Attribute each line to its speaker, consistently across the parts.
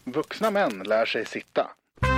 Speaker 1: Vuxna män lär sig sitta.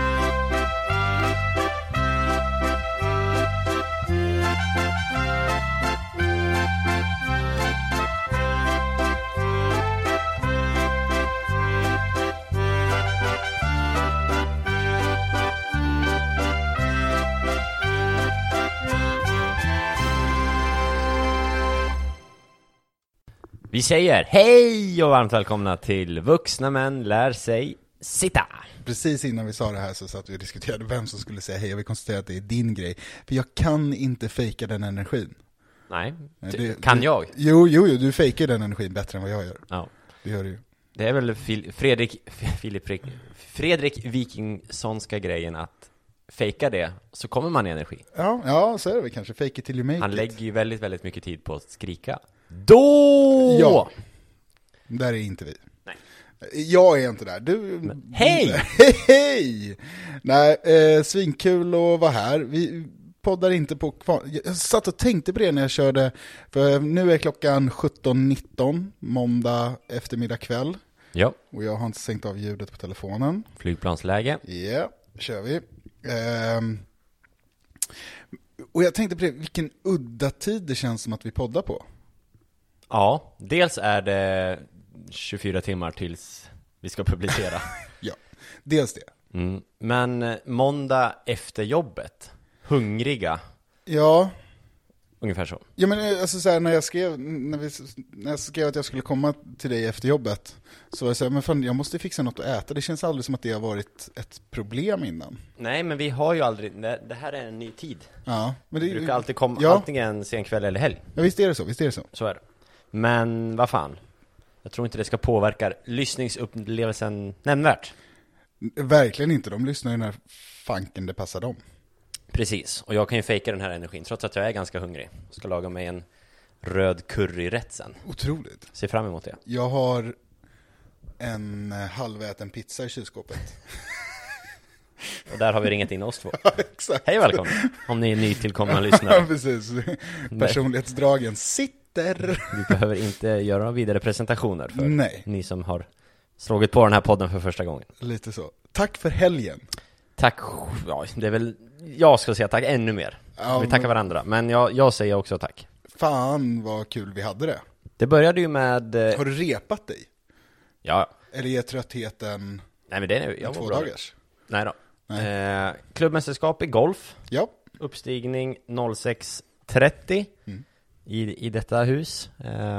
Speaker 2: Vi säger hej och varmt välkomna till Vuxna män lär sig sitta.
Speaker 1: Precis innan vi sa det här så satt vi och diskuterade vem som skulle säga hej. Och vi konstaterade att det är din grej. För jag kan inte fejka den energin.
Speaker 2: Nej, kan jag?
Speaker 1: Jo, du fejkar den energin bättre än vad jag gör.
Speaker 2: Ja.
Speaker 1: Det gör du ju.
Speaker 2: Det är väl Fredrik Wikingssonska grejen att fejka det, så kommer man i energi.
Speaker 1: Ja, så är det väl kanske. Fake it till you make
Speaker 2: Han
Speaker 1: it.
Speaker 2: lägger ju väldigt, väldigt mycket tid på att skrika. Då!
Speaker 1: Ja, där är inte vi.
Speaker 2: Nej.
Speaker 1: Jag är inte där. Du...
Speaker 2: Hej!
Speaker 1: Hej! Nej, svinkul att vara här. Vi poddar inte på... Jag satt och tänkte på det när jag körde. För nu är klockan 17:19, måndag eftermiddag kväll.
Speaker 2: Ja.
Speaker 1: Och jag har inte sänkt av ljudet på telefonen.
Speaker 2: Flygplansläge.
Speaker 1: Ja, kör vi. Och jag tänkte på det, vilken udda tid det känns som att vi poddar på.
Speaker 2: Ja, dels är det 24 timmar tills vi ska publicera.
Speaker 1: Ja, dels det.
Speaker 2: Men måndag efter jobbet, hungriga.
Speaker 1: Ja.
Speaker 2: Ungefär så.
Speaker 1: Ja, men alltså så här, när jag skrev att jag skulle komma till dig efter jobbet, så var jag så här, men fan, jag måste fixa något att äta. Det känns aldrig som att det har varit ett problem innan.
Speaker 2: Nej, men vi har ju aldrig, det här är en ny tid.
Speaker 1: Ja, men det
Speaker 2: brukar alltid komma,
Speaker 1: ja.
Speaker 2: Antingen sen kväll eller helg.
Speaker 1: Ja, visst är det så.
Speaker 2: Så är det. Men vad fan, jag tror inte det ska påverka lyssningsupplevelsen nämnvärt.
Speaker 1: Verkligen inte, de lyssnar ju när fanken det passar dem.
Speaker 2: Precis, och jag kan ju fejka den här energin trots att jag är ganska hungrig. Jag ska laga mig en röd curryrätt sen.
Speaker 1: Otroligt.
Speaker 2: Se fram emot det.
Speaker 1: Jag har en halväten pizza i kylskåpet.
Speaker 2: Och där har vi ringat in oss två.
Speaker 1: Ja, exakt.
Speaker 2: Hej och välkommen, om ni är nytillkomna lyssnare.
Speaker 1: Ja, precis. Personlighetsdragen sitter.
Speaker 2: Vi behöver inte göra några vidare presentationer för ni som har slagit på den här podden för första gången.
Speaker 1: Lite så. Tack för helgen.
Speaker 2: Tack, ja, det är väl, jag ska säga tack ännu mer. Vi tackar varandra, men jag säger också tack.
Speaker 1: Fan vad kul vi hade det.
Speaker 2: Det började ju med...
Speaker 1: Har du repat dig?
Speaker 2: Ja.
Speaker 1: Eller är tröttheten...
Speaker 2: Nej, men det är jag
Speaker 1: 2
Speaker 2: bra.
Speaker 1: dagars?
Speaker 2: Nej då. Klubbmästerskap i golf.
Speaker 1: Ja.
Speaker 2: Uppstigning 06:30 i detta hus.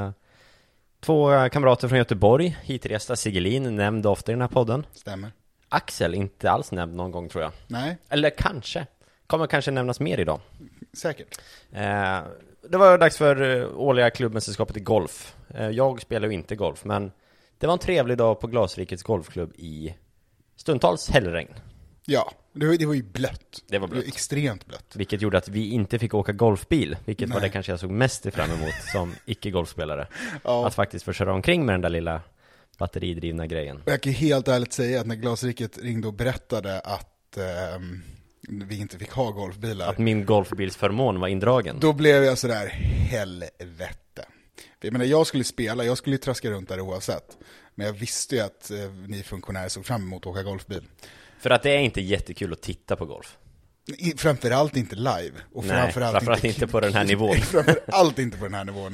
Speaker 2: 2 kamrater från Göteborg, hitresta Sigelin, nämnd ofta i den här podden.
Speaker 1: Stämmer.
Speaker 2: Axel, inte alls nämnd någon gång tror jag.
Speaker 1: Nej.
Speaker 2: Eller kanske. Kommer kanske nämnas mer idag.
Speaker 1: Säkert.
Speaker 2: Det var dags för årliga klubbmästerskapet i golf. Jag spelar ju inte golf, men det var en trevlig dag på Glasrikets golfklubb i stundtals hällregn.
Speaker 1: Ja, det var ju blött.
Speaker 2: Det var
Speaker 1: extremt blött.
Speaker 2: Vilket gjorde att vi inte fick åka golfbil. Vilket var det kanske jag såg mest fram emot som icke-golfspelare. Ja. Att faktiskt få köra omkring med den där lilla batteridrivna grejen.
Speaker 1: Jag kan helt ärligt säga att när Glasriket ringde och berättade att vi inte fick ha golfbilar,
Speaker 2: att min golfbilsförmån var indragen,
Speaker 1: då blev jag sådär, helvete. Jag menar, jag skulle ju traska runt där oavsett. Men jag visste ju att ni funktionärer såg fram emot att åka golfbil.
Speaker 2: För att det är inte jättekul att titta på golf.
Speaker 1: Framförallt inte live. Och
Speaker 2: framförallt inte på den här nivån.
Speaker 1: Framförallt inte på den här nivån.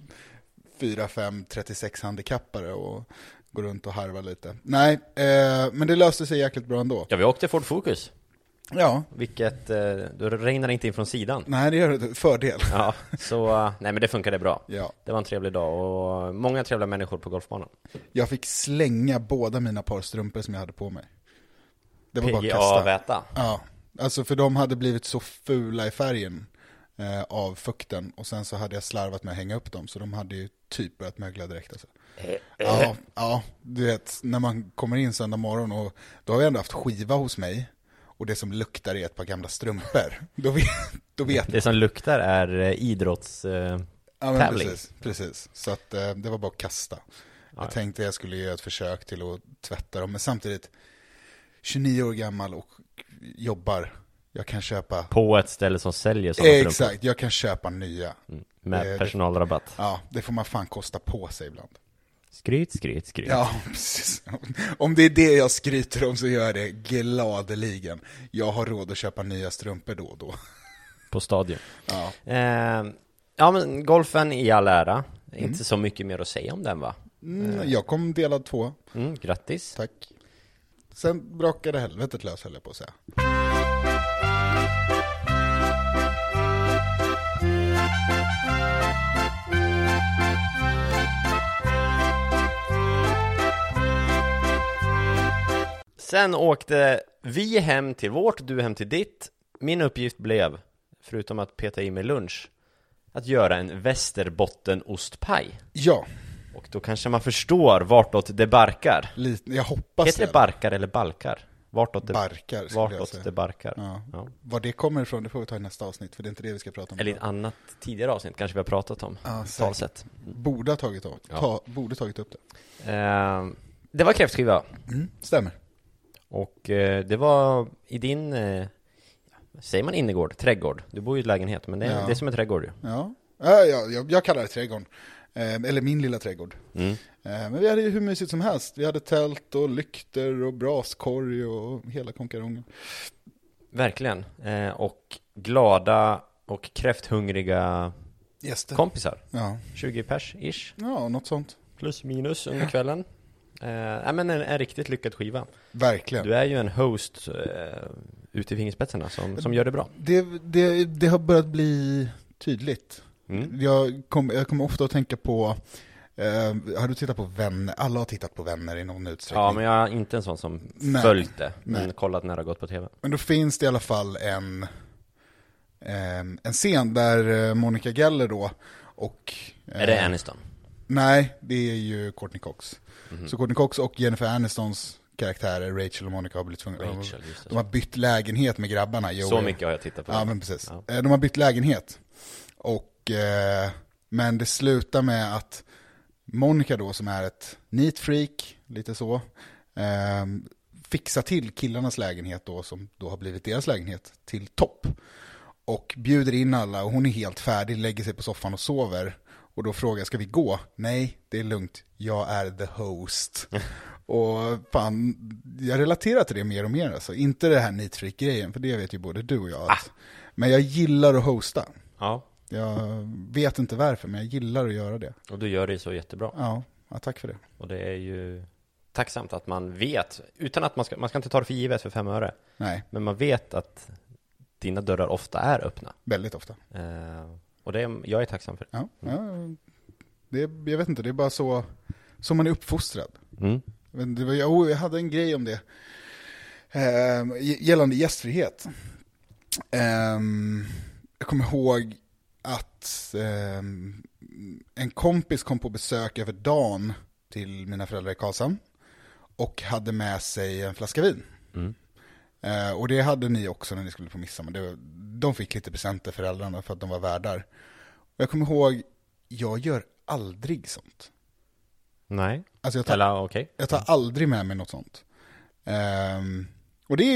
Speaker 1: 4, 5, 36 handikappare och går runt och harvar lite. Nej, men det löste sig jäkligt bra ändå.
Speaker 2: Ja, vi åkte Ford Focus.
Speaker 1: Ja.
Speaker 2: Vilket, då regnar inte in från sidan.
Speaker 1: Nej, det gör det, fördel.
Speaker 2: Ja, så, nej men det funkade bra.
Speaker 1: Ja.
Speaker 2: Det var en trevlig dag och många trevliga människor på golfbanan.
Speaker 1: Jag fick slänga båda mina par strumpor som jag hade på mig. Det var bara att kasta.
Speaker 2: PGA-väta.
Speaker 1: Ja, alltså för de hade blivit så fula i färgen av fukten. Och sen så hade jag slarvat med att hänga upp dem. Så de hade ju typ börjat mögla direkt alltså. Ja, du vet, när man kommer in söndag morgon och då har jag ändå haft skiva hos mig. Och det som luktar är ett par gamla strumpor. Då vet
Speaker 2: det som luktar är idrottstävling.
Speaker 1: Ja, men precis. Så att det var bara att kasta. Jag tänkte jag skulle göra ett försök till att tvätta dem. Men samtidigt 29 år gammal och jobbar. Jag kan köpa...
Speaker 2: På ett ställe som säljer sådana strumpor.
Speaker 1: Exakt, jag kan köpa nya.
Speaker 2: Med personalrabatt.
Speaker 1: Ja, det får man fan kosta på sig ibland.
Speaker 2: Skryt.
Speaker 1: Ja, precis. Om det är det jag skryter om så gör jag det gladeligen. Jag har råd att köpa nya strumpor då och då.
Speaker 2: På stadion.
Speaker 1: Ja.
Speaker 2: Ja, men golfen i all ära. Inte så mycket mer att säga om den, va?
Speaker 1: Jag kom delad 2.
Speaker 2: Grattis.
Speaker 1: Tack. Sen brakade helvetet lös, höll jag på att säga.
Speaker 2: Sen åkte vi hem till vårt, du hem till ditt. Min uppgift blev, förutom att peta i mig lunch, att göra en västerbottenostpaj.
Speaker 1: Ja.
Speaker 2: Och då kanske man förstår vartåt det barkar.
Speaker 1: Jag hoppas
Speaker 2: heter det barkar eller balkar? Vartåt
Speaker 1: det
Speaker 2: barkar.
Speaker 1: Ja. Var det kommer ifrån, det får vi ta i nästa avsnitt, för det är inte det vi ska prata om.
Speaker 2: Eller i ett annat tidigare avsnitt kanske vi har pratat om. Talsätt.
Speaker 1: Borde ha tagit upp det.
Speaker 2: Det var kräftskiva.
Speaker 1: Stämmer. Och
Speaker 2: det var i din, säger man innergård, trädgård. Du bor ju i lägenhet, men det är som en trädgård ju.
Speaker 1: Ja, jag kallar det trädgården. Eller min lilla trädgård. Men vi hade ju hur mysigt som helst. Vi hade tält och lykter och braskorg och hela konkarongen.
Speaker 2: Verkligen. Och glada och kräfthungriga
Speaker 1: gäster.
Speaker 2: Kompisar.
Speaker 1: Ja.
Speaker 2: 20 pers-ish.
Speaker 1: Ja, något sånt.
Speaker 2: Plus minus under kvällen. Men en riktigt lyckad skiva.
Speaker 1: Verkligen.
Speaker 2: Du är ju en host ute i fingerspetsarna som gör det bra.
Speaker 1: Det har börjat bli tydligt. Jag kommer ofta att tänka på har du tittat på Vänner? Alla har tittat på Vänner i någon utsträckning.
Speaker 2: Ja, men jag är inte en sån som följt det. Men kollat när det har gått på tv. Men
Speaker 1: då finns det i alla fall en scen där Monica Geller då och
Speaker 2: är det Aniston?
Speaker 1: Nej, det är ju Courtney Cox. Så Courtney Cox och Jennifer Anistons karaktärer, Rachel och Monica, har blivit tvungna. De har bytt lägenhet med grabbarna.
Speaker 2: Så mycket har jag tittat på.
Speaker 1: Ja, men precis. Ja. De har bytt lägenhet. Och men det slutar med att Monica då, som är ett neat freak, lite så, fixar till killarnas lägenhet då, som då har blivit deras lägenhet, till topp. Och bjuder in alla, och hon är helt färdig, lägger sig på soffan och sover. Och då frågar jag, ska vi gå? Nej, det är lugnt. Jag är the host. Och fan, jag relaterar till det mer och mer. Alltså. Inte det här neat freak-grejen, för det vet ju både du och jag. Men jag gillar att hosta.
Speaker 2: Ja.
Speaker 1: Jag vet inte varför, men jag gillar att göra det.
Speaker 2: Och du gör det så jättebra.
Speaker 1: Ja, tack för det.
Speaker 2: Och det är ju tacksamt att man vet, utan att man ska inte ta det för givet för 5 öre.
Speaker 1: Nej.
Speaker 2: Men man vet att dina dörrar ofta är öppna.
Speaker 1: Väldigt ofta.
Speaker 2: Och jag är tacksam för det.
Speaker 1: Ja, jag vet inte, det är bara så man är uppfostrad. Jag hade en grej om det gällande gästfrihet. Jag kommer ihåg att en kompis kom på besök över dagen till mina föräldrar i Karlshamn och hade med sig en flaska vin. Och det hade ni också när ni skulle på midsommar. De fick lite presenter, föräldrarna, för att de var värdar. Och jag kommer ihåg, jag gör aldrig sånt.
Speaker 2: Nej.
Speaker 1: Alltså jag tar aldrig med mig något sånt. Och det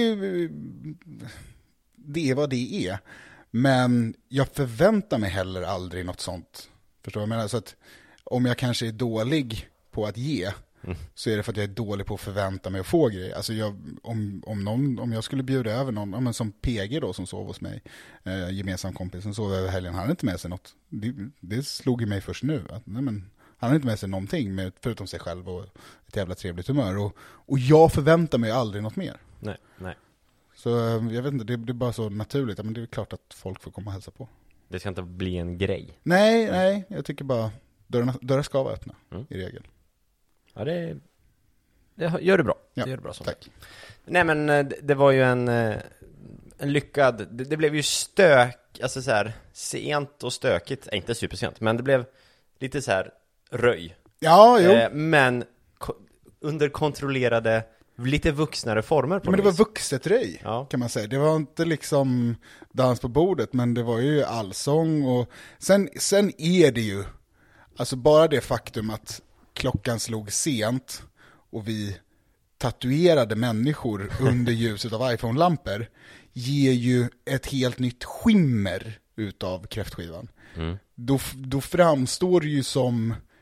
Speaker 1: är vad det är. Men jag förväntar mig heller aldrig något sånt. Förstår du vad jag menar? Så att om jag kanske är dålig på att ge, så är det för att jag är dålig på att förvänta mig att få grejer. Alltså om jag skulle bjuda över någon, men som PG då, som sov hos mig, gemensam kompis som sov över helgen, han hade inte med sig något. Det slog i mig först nu. Att, han hade inte med sig någonting förutom sig själv och ett jävla trevligt humör. Och jag förväntar mig aldrig något mer.
Speaker 2: Nej.
Speaker 1: Så jag vet inte, det är bara så naturligt. Men det är klart att folk får komma och hälsa på.
Speaker 2: Det ska inte bli en grej.
Speaker 1: Nej, jag tycker bara dörrar ska vara öppna i regel.
Speaker 2: Ja, det gör det bra.
Speaker 1: Ja,
Speaker 2: det gör det bra som
Speaker 1: tack.
Speaker 2: Nej, men det var ju en lyckad... Det blev ju alltså så här sent och stökigt. Inte supersent, men det blev lite så här röj.
Speaker 1: Ja, jo.
Speaker 2: Men under kontrollerade, lite vuxnare former på.
Speaker 1: Men det var vuxet röj, kan man säga. Det var inte liksom dans på bordet, men det var ju allsång. Och sen är det ju, alltså bara det faktum att klockan slog sent och vi tatuerade människor under ljuset av iPhone-lampor ger ju ett helt nytt skimmer utav kräftskivan. Då framstår det ju som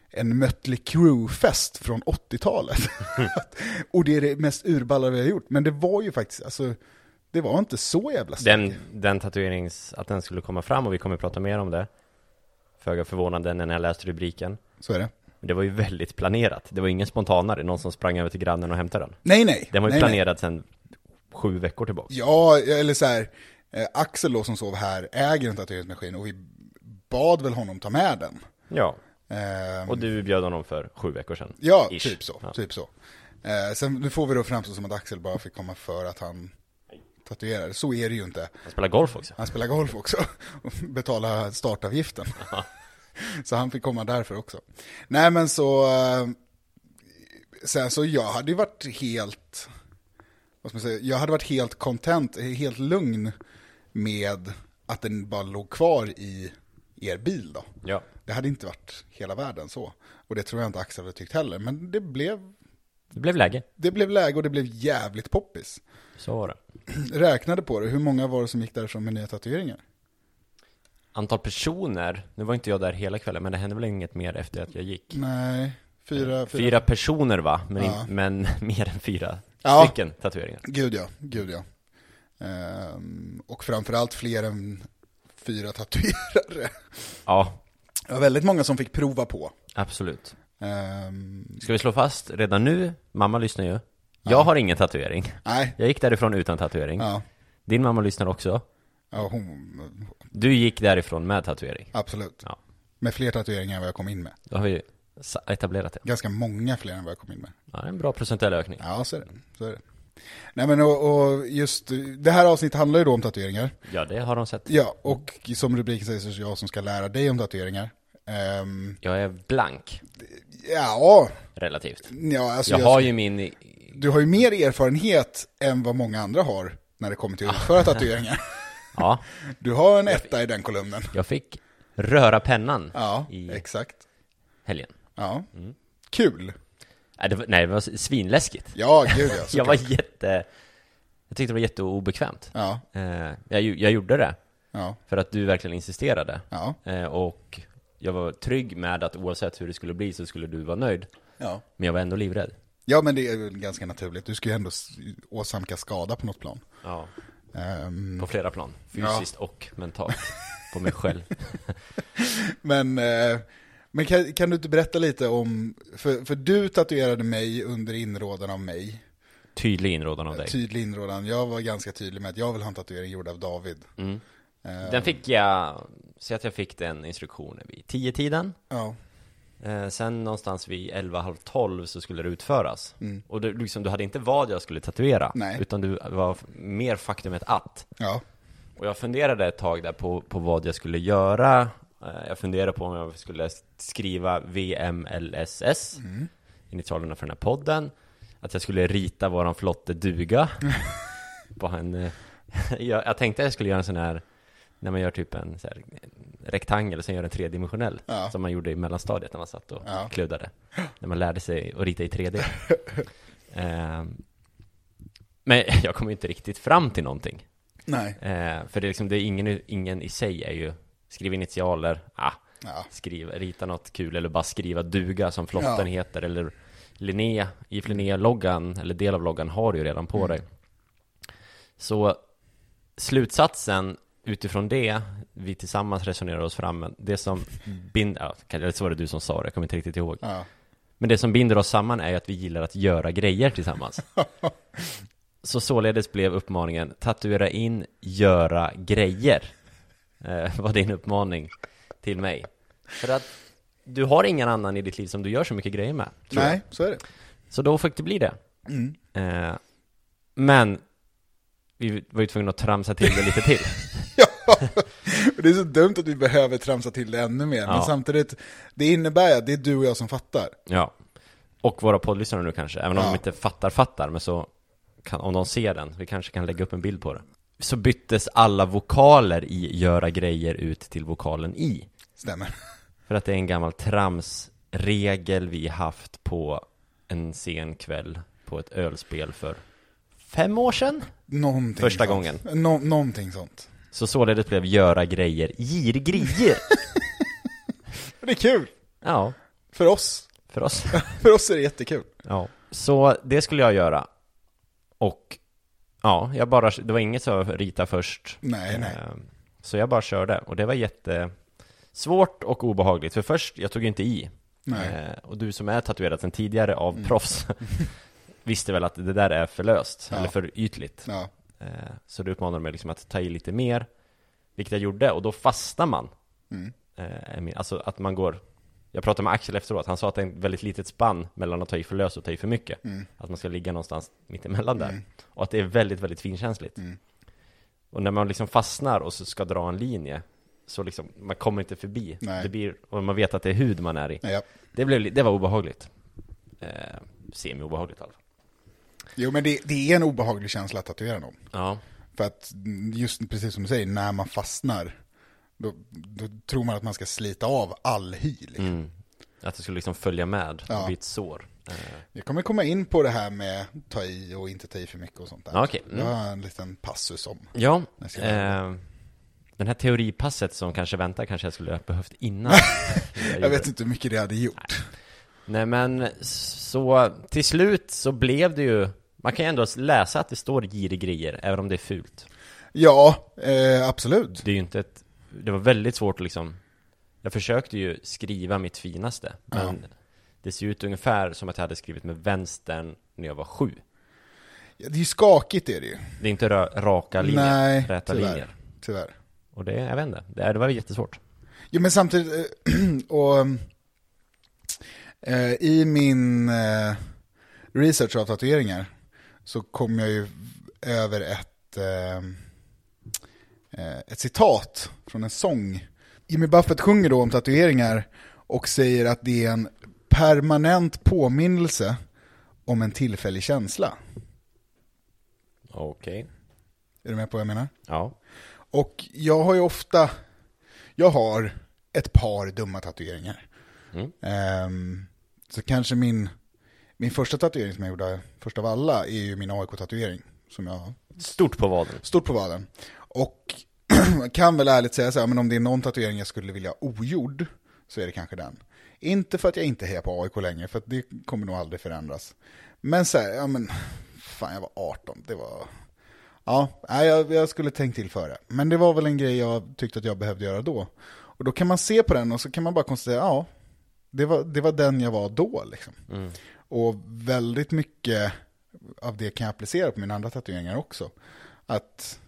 Speaker 1: en Mötley Crüe-fest från 80-talet. Och det är det mest urballade vi har gjort. Men det var ju faktiskt, alltså, det var inte så jävla starkt.
Speaker 2: Den tatuerings, att den skulle komma fram, och vi kommer att prata mer om det. Föga förvånande när jag läste rubriken.
Speaker 1: Så är det.
Speaker 2: Men det var ju väldigt planerat. Det var ingen spontanare, någon som sprang över till grannen och hämtade den.
Speaker 1: Nej.
Speaker 2: Den var ju planerad sedan 7 veckor tillbaka.
Speaker 1: Ja, eller så här, Axel då som sov här äger en tatueringsmaskin och vi bad väl honom ta med den.
Speaker 2: Ja. Och du bjöd honom för 7 veckor sedan.
Speaker 1: Ja,
Speaker 2: Ish.
Speaker 1: typ så. Sen nu får vi då framstå som att Axel bara fick komma för att han tatuerar. Så är det ju inte.
Speaker 2: Han spelar golf också.
Speaker 1: Han spelar golf också. Och betalar startavgiften. Så han fick komma därför också. Nej, men så sen så jag hade ju varit helt, vad ska man säga, jag hade varit helt content, helt lugn med att den bara låg kvar i er bil då.
Speaker 2: Ja.
Speaker 1: Det hade inte varit hela världen så. Och det tror jag inte Axel hade tyckt heller. Men det blev
Speaker 2: läge.
Speaker 1: Det blev läge och det blev jävligt poppis.
Speaker 2: Så var det.
Speaker 1: Räknade på det. Hur många var det som gick därifrån med nya tatueringar?
Speaker 2: Antal personer, nu var inte jag där hela kvällen, men det hände väl inget mer efter att jag gick.
Speaker 1: Nej, fyra
Speaker 2: personer va? Men,
Speaker 1: ja.
Speaker 2: Men mer än 4 stycken tatueringar.
Speaker 1: Gud ja. Och framförallt fler än 4 tatuerare.
Speaker 2: Ja.
Speaker 1: Det var väldigt många som fick prova på.
Speaker 2: Absolut. Ska vi slå fast redan nu, mamma lyssnar ju. Jag har ingen tatuering.
Speaker 1: Nej.
Speaker 2: Jag gick därifrån utan tatuering.
Speaker 1: Ja.
Speaker 2: Din mamma lyssnar också.
Speaker 1: Ja,
Speaker 2: Du gick därifrån med tatuering.
Speaker 1: Absolut.
Speaker 2: Ja.
Speaker 1: Med fler tatueringar än vad jag kom in med.
Speaker 2: Då har vi etablerat det.
Speaker 1: Ganska många fler än vad jag kom in med.
Speaker 2: Ja, det är en bra procentuell ökning.
Speaker 1: Ja, så är det. Nej, men och just det här avsnittet handlar ju då om tatueringar.
Speaker 2: Ja, det har de sett.
Speaker 1: Ja, och som rubriken säger så är det jag som ska lära dig om tatueringar.
Speaker 2: Jag är blank.
Speaker 1: Ja.
Speaker 2: Relativt.
Speaker 1: Ja, alltså
Speaker 2: jag har ju min...
Speaker 1: Du har ju mer erfarenhet än vad många andra har när det kommer till att utföra tatueringar.
Speaker 2: Ja.
Speaker 1: Du har en etta i den kolumnen.
Speaker 2: Jag fick röra pennan
Speaker 1: exakt.
Speaker 2: Helgen.
Speaker 1: Ja, kul.
Speaker 2: Nej, det var svinläskigt.
Speaker 1: Ja, gud ja.
Speaker 2: Jag tyckte det var jätteobekvämt.
Speaker 1: Ja.
Speaker 2: Jag gjorde det.
Speaker 1: Ja.
Speaker 2: För att du verkligen insisterade.
Speaker 1: Ja.
Speaker 2: Och jag var trygg med att oavsett hur det skulle bli så skulle du vara nöjd.
Speaker 1: Ja.
Speaker 2: Men jag var ändå livrädd.
Speaker 1: Ja, men det är väl ganska naturligt. Du ska ju ändå åsamka skada på något plan.
Speaker 2: Ja. På flera plan. Fysiskt och mentalt. På mig själv.
Speaker 1: Men kan du inte berätta lite om... För du tatuerade mig under inrådan av mig.
Speaker 2: Tydlig inrådan av dig.
Speaker 1: Tydlig inrådan. Jag var ganska tydlig med att jag vill ha en tatuering gjord av David.
Speaker 2: Mm. Den fick jag... Så att jag fick den instruktionen vid 10-tiden.
Speaker 1: Ja.
Speaker 2: Sen någonstans vid 11:30 så skulle det utföras.
Speaker 1: Mm.
Speaker 2: Och du hade inte vad jag skulle tatuera.
Speaker 1: Nej.
Speaker 2: Utan du var mer faktumet att.
Speaker 1: Ja.
Speaker 2: Och jag funderade ett tag där på vad jag skulle göra. Jag funderade på om jag skulle skriva VMLSS. Initialerna för den här podden. Att jag skulle rita våran flotte duga. På en, jag tänkte att jag skulle göra en sån här, när man gör typ en så här rektangel och sen gör en tredimensionell.
Speaker 1: Ja.
Speaker 2: Som man gjorde i mellanstadiet när man satt och kluddade. När man lärde sig att rita i 3D. Men jag kom inte riktigt fram till någonting.
Speaker 1: Nej.
Speaker 2: För det är liksom, det är ingen i sig är ju skriv initialer, rita något kul eller bara skriva duga som flotten heter, eller Linné, i Linné-loggan eller del av loggan har du ju redan på dig. Så slutsatsen utifrån det vi tillsammans resonerar oss fram, det som eller så var det du som sa det, jag kommer inte riktigt ihåg. Men det som binder oss samman är att vi gillar att göra grejer tillsammans. Så således blev uppmaningen tatuera in, göra grejer. Var din uppmaning till mig. För att du har ingen annan i ditt liv som du gör så mycket grejer med.
Speaker 1: Nej, så är det.
Speaker 2: Så då fick det bli det. Men vi var ju tvungna att tramsa till det lite till.
Speaker 1: Det är så dumt att vi behöver tramsa till det ännu mer. Men samtidigt, det innebär att det är du och jag som fattar.
Speaker 2: Ja, och våra poddlyssnare nu kanske. Även om de inte fattar, men så om de ser den, vi kanske kan lägga upp en bild på det. Så byttes alla vokaler i göra grejer ut till vokalen i.
Speaker 1: Stämmer.
Speaker 2: För att det är en gammal tramsregel vi haft på en sen kväll på ett ölspel för 5 år sedan.
Speaker 1: Någonting
Speaker 2: första
Speaker 1: sånt.
Speaker 2: gången.
Speaker 1: Någonting sånt.
Speaker 2: Så således blev göra grejer girgrejer.
Speaker 1: Det är kul.
Speaker 2: Ja.
Speaker 1: För oss.
Speaker 2: För oss.
Speaker 1: För oss är det jättekul.
Speaker 2: Ja, så det skulle jag göra. Och ja, det var inget så rita först.
Speaker 1: Nej.
Speaker 2: Så jag bara körde. Och det var jättesvårt och obehagligt. För först, jag tog inte i. Och du som är tatuerad sedan tidigare av proffs visste väl att det där är för löst. Eller för ytligt.
Speaker 1: Ja.
Speaker 2: Så du uppmanade mig liksom att ta i lite mer. Vilket jag gjorde. Och då fastnar man. Alltså att man går... Jag pratade med Axel efteråt. Han sa att det är en väldigt litet spann mellan att ta i för löst och ta i för mycket. Att man ska ligga någonstans mitt emellan där. Och att det är väldigt, väldigt finkänsligt. Och när man liksom fastnar och så ska dra en linje, så liksom, man kommer inte förbi. Det blir, och man vet att det är hud man är i.
Speaker 1: Ja.
Speaker 2: Det var obehagligt. Semi-obehagligt i alla fall.
Speaker 1: Jo, men det är en obehaglig känsla att tatuera någon.
Speaker 2: Ja.
Speaker 1: För att just precis som du säger, när man fastnar, då tror man att man ska slita av all hy. Liksom.
Speaker 2: Att det skulle liksom följa med och bli ett sår.
Speaker 1: Jag kommer komma in på det här med ta i och inte ta i för mycket och sånt där.
Speaker 2: Okay.
Speaker 1: Det var en liten passus om.
Speaker 2: Ja, den här teoripasset som kanske väntar kanske jag skulle ha behövt innan.
Speaker 1: Jag vet inte hur mycket det hade gjort.
Speaker 2: Nej, men så till slut så blev det ju, man kan ju ändå läsa att det står girigrejer även om det är fult.
Speaker 1: Ja, absolut.
Speaker 2: Det är ju inte det var väldigt svårt liksom. Jag försökte ju skriva mitt finaste, men det ser ut ungefär som att jag hade skrivit med vänstern när jag var 7.
Speaker 1: Ja, det är ju skakigt är det ju.
Speaker 2: Det är inte raka linjer, räta linjer.
Speaker 1: Tyvärr.
Speaker 2: Och det, jag vet inte, det var jättesvårt.
Speaker 1: Jo, men samtidigt och i min research av tatueringar så kom jag ju över ett citat från en sång. Jimmy Buffett sjunger då om tatueringar och säger att det är en permanent påminnelse om en tillfällig känsla.
Speaker 2: Okej.
Speaker 1: Är du med på vad jag menar?
Speaker 2: Ja.
Speaker 1: Och jag har ett par dumma tatueringar. Så kanske min första tatuering som jag gjorde, först av alla, är ju min AIK-tatuering. Som jag...
Speaker 2: Stort på vaden.
Speaker 1: Stort på vaden. Och kan väl ärligt säga så här, men om det är någon tatuering jag skulle vilja ogjord, så är det kanske den. Inte för att jag inte hejar på AIK längre, för att det kommer nog aldrig förändras. Men så här, fan, jag var 18, det var... Ja, jag skulle tänkt till för det. Men det var väl en grej jag tyckte att jag behövde göra då. Och då kan man se på den och så kan man bara konstatera, ja, det var den jag var då liksom. Och väldigt mycket av det kan jag applicera på mina andra tatueringar också. Att,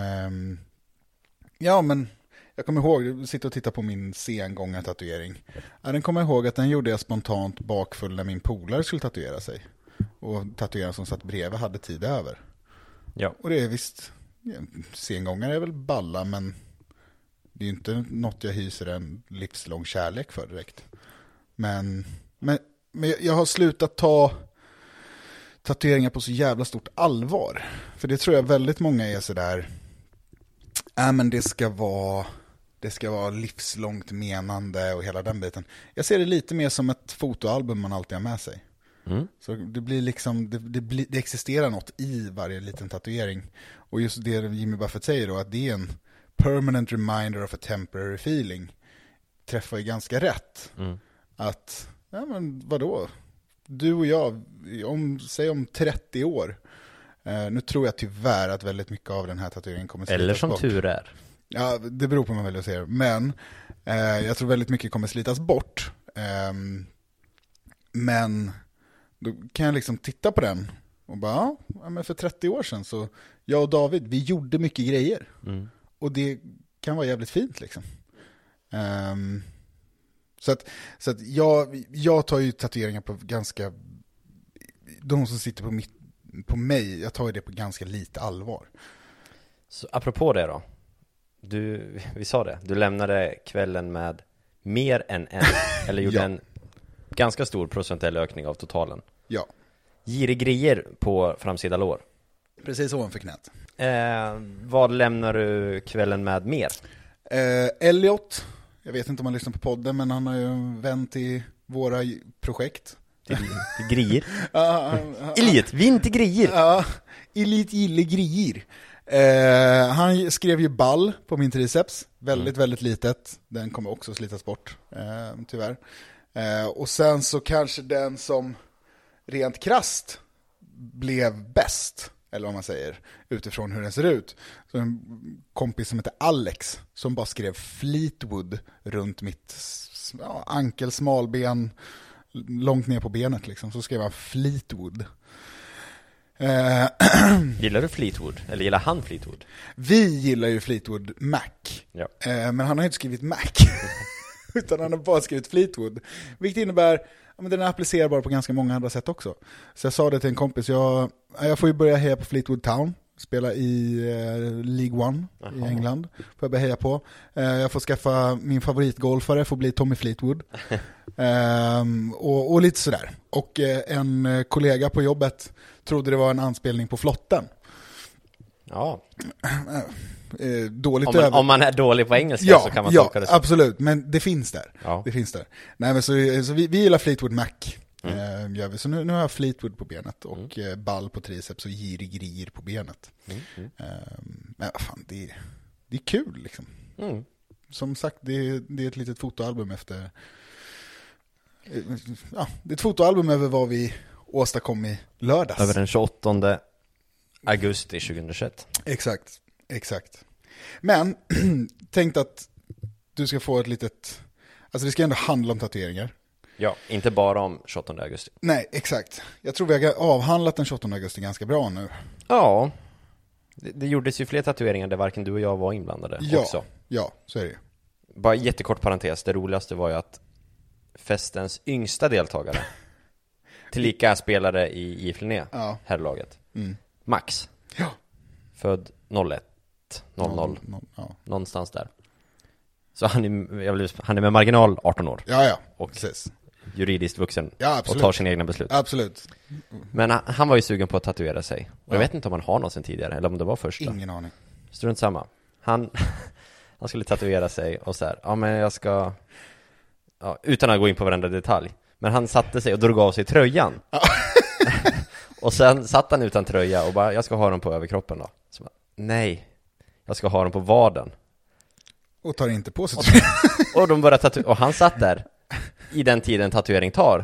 Speaker 1: ja men, jag kommer ihåg, sitta och titta på min sengånga tatuering. Ja, den kommer jag ihåg att den gjorde jag spontant bakfull när min polare skulle tatuera sig. Och tatueraren som satt bredvid hade tid över.
Speaker 2: Ja. Och
Speaker 1: det är visst, sengångare är väl balla, men det är ju inte något jag hyser en livslång kärlek för direkt. Men jag har slutat ta tatueringar på så jävla stort allvar. För det tror jag väldigt många är så där, men det ska vara livslångt menande och hela den biten. Jag ser det lite mer som ett fotoalbum man alltid har med sig. Så det blir liksom, det existerar något i varje liten tatuering. Och just det Jimmy Buffett säger då, att det är en permanent reminder of a temporary feeling, träffar ju ganska rätt. Att, ja men vadå? Du och jag, om 30 år, nu tror jag tyvärr att väldigt mycket av den här tatueringen kommer slitas bort.
Speaker 2: Eller som tur är.
Speaker 1: Ja, det beror på vad man väljer att säga. Men jag tror väldigt mycket kommer slitas bort. Men då kan jag liksom titta på den och bara, ja men för 30 år sedan så, jag och David, vi gjorde mycket grejer. Och det kan vara jävligt fint liksom. Så att jag tar ju tatueringar på ganska, de som sitter på mig, jag tar ju det på ganska lite allvar.
Speaker 2: Så apropå det då, vi sa det, du lämnade kvällen med mer än en, eller gjorde en ganska stor procentuell ökning av totalen.
Speaker 1: Ja.
Speaker 2: Girigrejer på framsida lår.
Speaker 1: Precis ovanför knät.
Speaker 2: Vad lämnar du kvällen med mer?
Speaker 1: Elliot, jag vet inte om han lyssnar på podden, men han har ju en vän till våra projekt.
Speaker 2: Till grejer. Elliot, vinn till grejer.
Speaker 1: Ja, Elliot gillar grejer. Han skrev ju ball på min triceps. Väldigt, väldigt litet. Den kommer också slitas bort, tyvärr. Och sen så kanske den som rent krasst blev bäst, eller vad man säger, utifrån hur den ser ut. Så en kompis som heter Alex som bara skrev Fleetwood runt mitt ankel, smalben, långt ner på benet liksom. Så skrev han Fleetwood.
Speaker 2: Gillar du Fleetwood? Eller gillar han Fleetwood?
Speaker 1: Vi gillar ju Fleetwood Mac.
Speaker 2: Ja.
Speaker 1: Men han har ju inte skrivit Mac. Utan han har bara skrivit Fleetwood. Vilket innebär att den är applicerbar på ganska många andra sätt också. Så jag sa det till en kompis. Jag får ju börja heja på Fleetwood Town. Spela i League One i England. Får jag börja heja på. Jag får skaffa min favoritgolfare. Får bli Tommy Fleetwood. Och lite sådär. Och en kollega på jobbet trodde det var en anspelning på flotten.
Speaker 2: Ja.
Speaker 1: Dåligt
Speaker 2: om man är dålig på engelska så kan man tolka det så.
Speaker 1: Absolut, men det finns där.
Speaker 2: Ja.
Speaker 1: Det finns där. Nej, men så vi gillar Fleetwood Mac. Gör vi. Så nu har jag Fleetwood på benet och ball på triceps och girig på benet. Men fan, det är kul liksom. Som sagt, det är ett litet fotoalbum efter det är ett fotoalbum över vad vi åstadkom i lördags.
Speaker 2: Över den 28 augusti 2021.
Speaker 1: Exakt. Men tänkt att du ska få ett litet... Alltså det ska ändå handla om tatueringar.
Speaker 2: Ja, inte bara om 28 augusti.
Speaker 1: Nej, exakt. Jag tror vi har avhandlat den 28 augusti ganska bra nu.
Speaker 2: Ja, det gjordes ju fler tatueringar där varken du och jag var inblandade också.
Speaker 1: Ja, så är det.
Speaker 2: Bara jättekort parentes, det roligaste var ju att festens yngsta deltagare tillika spelare i IF Linné, herrlaget. Max.
Speaker 1: Ja.
Speaker 2: Född 01, 00, någonstans där. Så han är med marginal 18 år.
Speaker 1: Ja,
Speaker 2: och
Speaker 1: precis.
Speaker 2: Juridiskt vuxen
Speaker 1: och
Speaker 2: tar sina egna beslut.
Speaker 1: Absolut.
Speaker 2: Men han var ju sugen på att tatuera sig. Och jag vet inte om han har någon sen tidigare eller om det var första.
Speaker 1: Ingen aning.
Speaker 2: Strunt samma. Han skulle tatuera sig och så här, men jag ska... Ja, utan att gå in på varenda detalj. Men han satte sig och drog av sig tröjan. Och sen satt han utan tröja och bara, jag ska ha den på överkroppen då. Så bara, nej, jag ska ha den på vaden.
Speaker 1: Och tar inte på sig
Speaker 2: och de började och han satt där i den tiden tatuering tar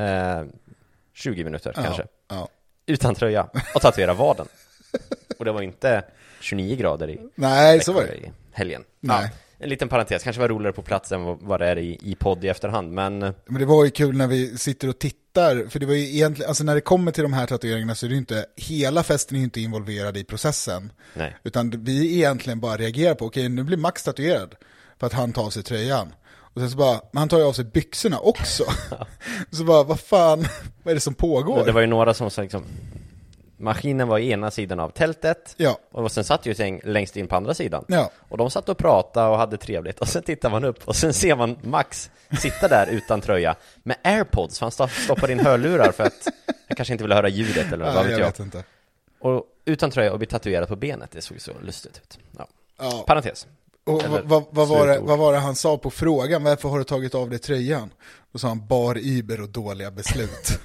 Speaker 2: 20 minuter kanske utan tröja och tatuera vaden. Och det var inte 29 grader i
Speaker 1: så var det
Speaker 2: i helgen.
Speaker 1: Nej.
Speaker 2: En liten parentes, kanske var roligare på plats än vad det är i podd i efterhand, men
Speaker 1: det var ju kul när vi sitter och tittar, för det var ju egentligen, alltså när det kommer till de här tatueringarna så är det ju inte, hela festen är ju inte involverad i processen.
Speaker 2: Nej.
Speaker 1: Utan vi egentligen bara reagerar på, okej, nu blir Max tatuerad för att han tar av sig tröjan. Och sen så bara, men han tar ju av sig byxorna också. Så bara, vad fan, vad är det som pågår?
Speaker 2: Det var ju några som liksom, maskinen var i ena sidan av tältet och sen satt ju ett gäng längst in på andra sidan. Och de satt och pratade och hade trevligt. Och sen tittar man upp och sen ser man Max sitta där utan tröja med AirPods. För han stoppar in hörlurar för att han kanske inte vill höra ljudet eller vad vet jag.
Speaker 1: Vet inte.
Speaker 2: Och utan tröja och bli tatuerad på benet. Det såg så lustigt ut. Parentes.
Speaker 1: Och vad var det han sa på frågan? Varför har du tagit av dig tröjan? Då sa han, bar Uber och dåliga beslut.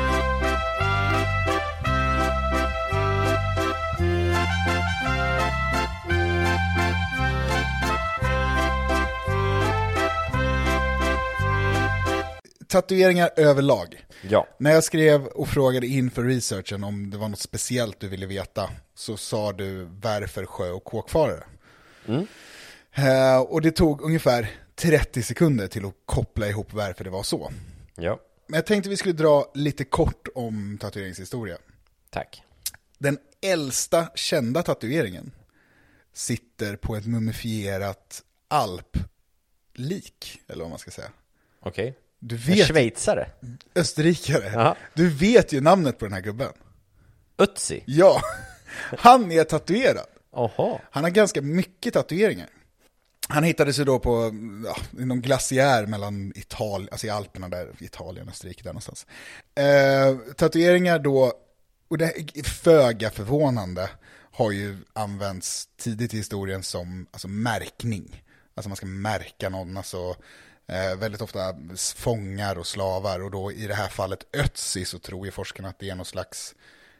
Speaker 1: Tatueringar överlag.
Speaker 2: Ja.
Speaker 1: När jag skrev och frågade inför researchen om det var något speciellt du ville veta, så sa du varför sjö- och kåkfarare. Och det tog ungefär 30 sekunder till att koppla ihop varför det var så.
Speaker 2: Ja.
Speaker 1: Men jag tänkte vi skulle dra lite kort om tatueringshistoria.
Speaker 2: Tack.
Speaker 1: Den äldsta kända tatueringen sitter på ett mumifierat alplik, eller vad man ska säga.
Speaker 2: Okej.
Speaker 1: Du vet,
Speaker 2: schweizare.
Speaker 1: Österrikare.
Speaker 2: Aha.
Speaker 1: Du vet ju namnet på den här gubben.
Speaker 2: Utsi.
Speaker 1: Ja, han är tatuerad.
Speaker 2: Oho.
Speaker 1: Han har ganska mycket tatueringar. Han hittades ju då på någon glaciär mellan Italien, alltså i Alperna där, Italien och Österrike där någonstans. Tatueringar då, och det är föga förvånande, har ju använts tidigt i historien som alltså märkning. Alltså man ska märka någon, alltså väldigt ofta fångar och slavar, och då i det här fallet Ötzi, så tror ju forskarna att det är någon slags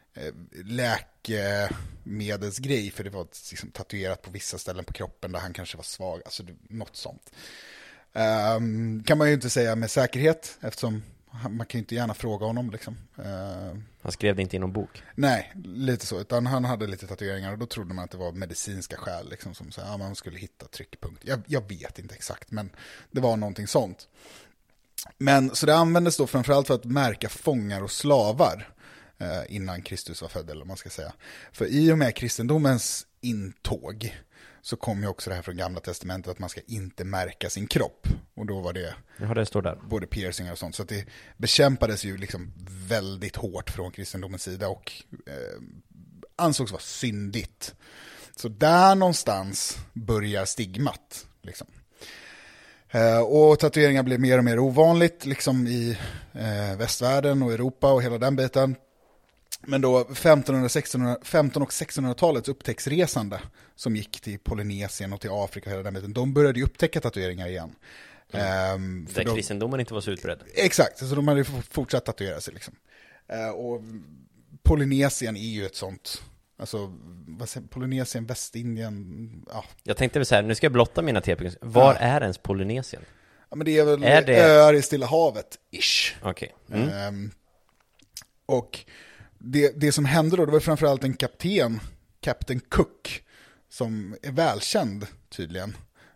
Speaker 1: läkemedelsgrej, för det var liksom tatuerat på vissa ställen på kroppen där han kanske var svag, alltså något sånt. Kan man ju inte säga med säkerhet, eftersom man kan ju inte gärna fråga honom liksom.
Speaker 2: Han skrev det inte i någon bok?
Speaker 1: Nej, lite så. Utan han hade lite tatueringar och då trodde man att det var medicinska skäl liksom, som så här, man skulle hitta tryckpunkt. Jag vet inte exakt, men det var någonting sånt. Men så det användes då framförallt för att märka fångar och slavar innan Kristus var född, eller vad man ska säga. För i och med kristendomens intåg så kom ju också det här från Gamla testamentet att man ska inte märka sin kropp. Och då var det,
Speaker 2: det står där.
Speaker 1: Både piercingar och sånt. Så att det bekämpades ju liksom väldigt hårt från kristendomens sida och ansågs vara syndigt. Så där någonstans börjar stigmat liksom. Och tatueringar blev mer och mer ovanligt liksom i västvärlden och Europa och hela den biten. Men då 1500 och 1600-talets upptäcktsresande som gick till Polynesien och till Afrika och hela den biten, de började ju upptäcka tatueringar igen.
Speaker 2: Där kristendomen inte var så utbredd.
Speaker 1: Exakt, så de hade fortsatt tatuera sig liksom. Och Polynesien är ju ett sånt, alltså Polynesien, Västindien, ja.
Speaker 2: Jag tänkte väl så här, nu ska jag blotta mina tepen. Var är ens Polynesien?
Speaker 1: Ja, men det är väl öar i Stilla havet ish.
Speaker 2: Okej.
Speaker 1: Och det som hände då, det var framförallt en Captain Cook, som är välkänd tydligen.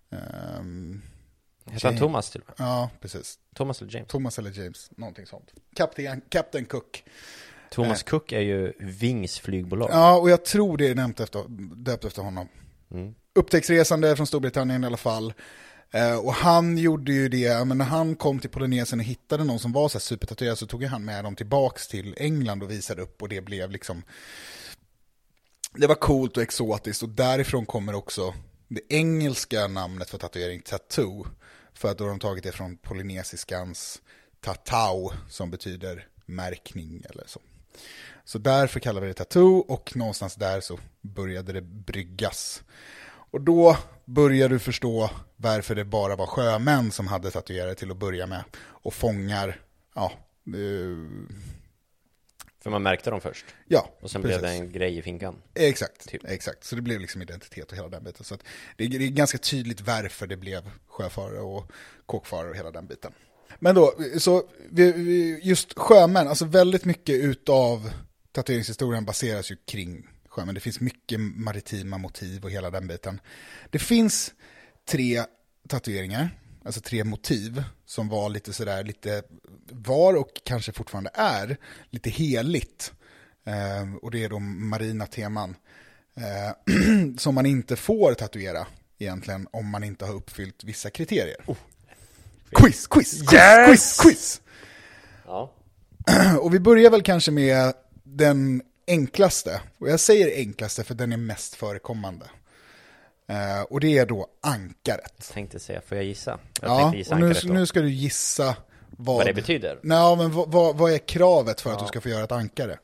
Speaker 2: Heter han Thomas till?
Speaker 1: Ja, precis.
Speaker 2: Thomas eller James,
Speaker 1: någonting sånt. Captain Cook.
Speaker 2: Thomas Cook är ju Wings flygbolag.
Speaker 1: Ja, och jag tror det är döpt efter honom. Upptäcktsresande från Storbritannien i alla fall. Och han gjorde ju det, men när han kom till Polynesien och hittade någon som var så här supertatuerad, så tog han med dem tillbaks till England och visade upp, och det blev liksom, det var coolt och exotiskt, och därifrån kommer också det engelska namnet för tatuering, tattoo, för att då har de tagit det från polynesiskans tatau, som betyder märkning eller så. Så därför kallar vi det tattoo, och någonstans där så började det bryggas. Och då börjar du förstå varför det bara var sjömän som hade tatuerare till att börja med. Och fångar, ja.
Speaker 2: För man märkte dem först.
Speaker 1: Ja,
Speaker 2: och sen precis. Blev det en grej i finkan.
Speaker 1: Exakt, typ. Exakt. Så det blev liksom identitet och hela den biten. Så att det är ganska tydligt varför det blev sjöfarare och kåkfarare och hela den biten. Men då, så just sjömän, alltså väldigt mycket utav tatueringshistorien baseras ju kring sjömän. Det finns mycket maritima motiv och hela den biten. Det finns 3 tatueringar, alltså 3 motiv som var lite sådär, lite var och kanske fortfarande är lite heligt. Och det är de marina teman som man inte får tatuera egentligen om man inte har uppfyllt vissa kriterier. Quiz!
Speaker 2: Ja.
Speaker 1: Och vi börjar väl kanske med den enklaste. Och jag säger enklaste för den är mest förekommande. Och det är då ankaret.
Speaker 2: Tänkte säga, får jag gissa?
Speaker 1: Och nu ska du gissa vad
Speaker 2: det betyder.
Speaker 1: Nej, men vad är kravet för att du ska få göra ett ankare?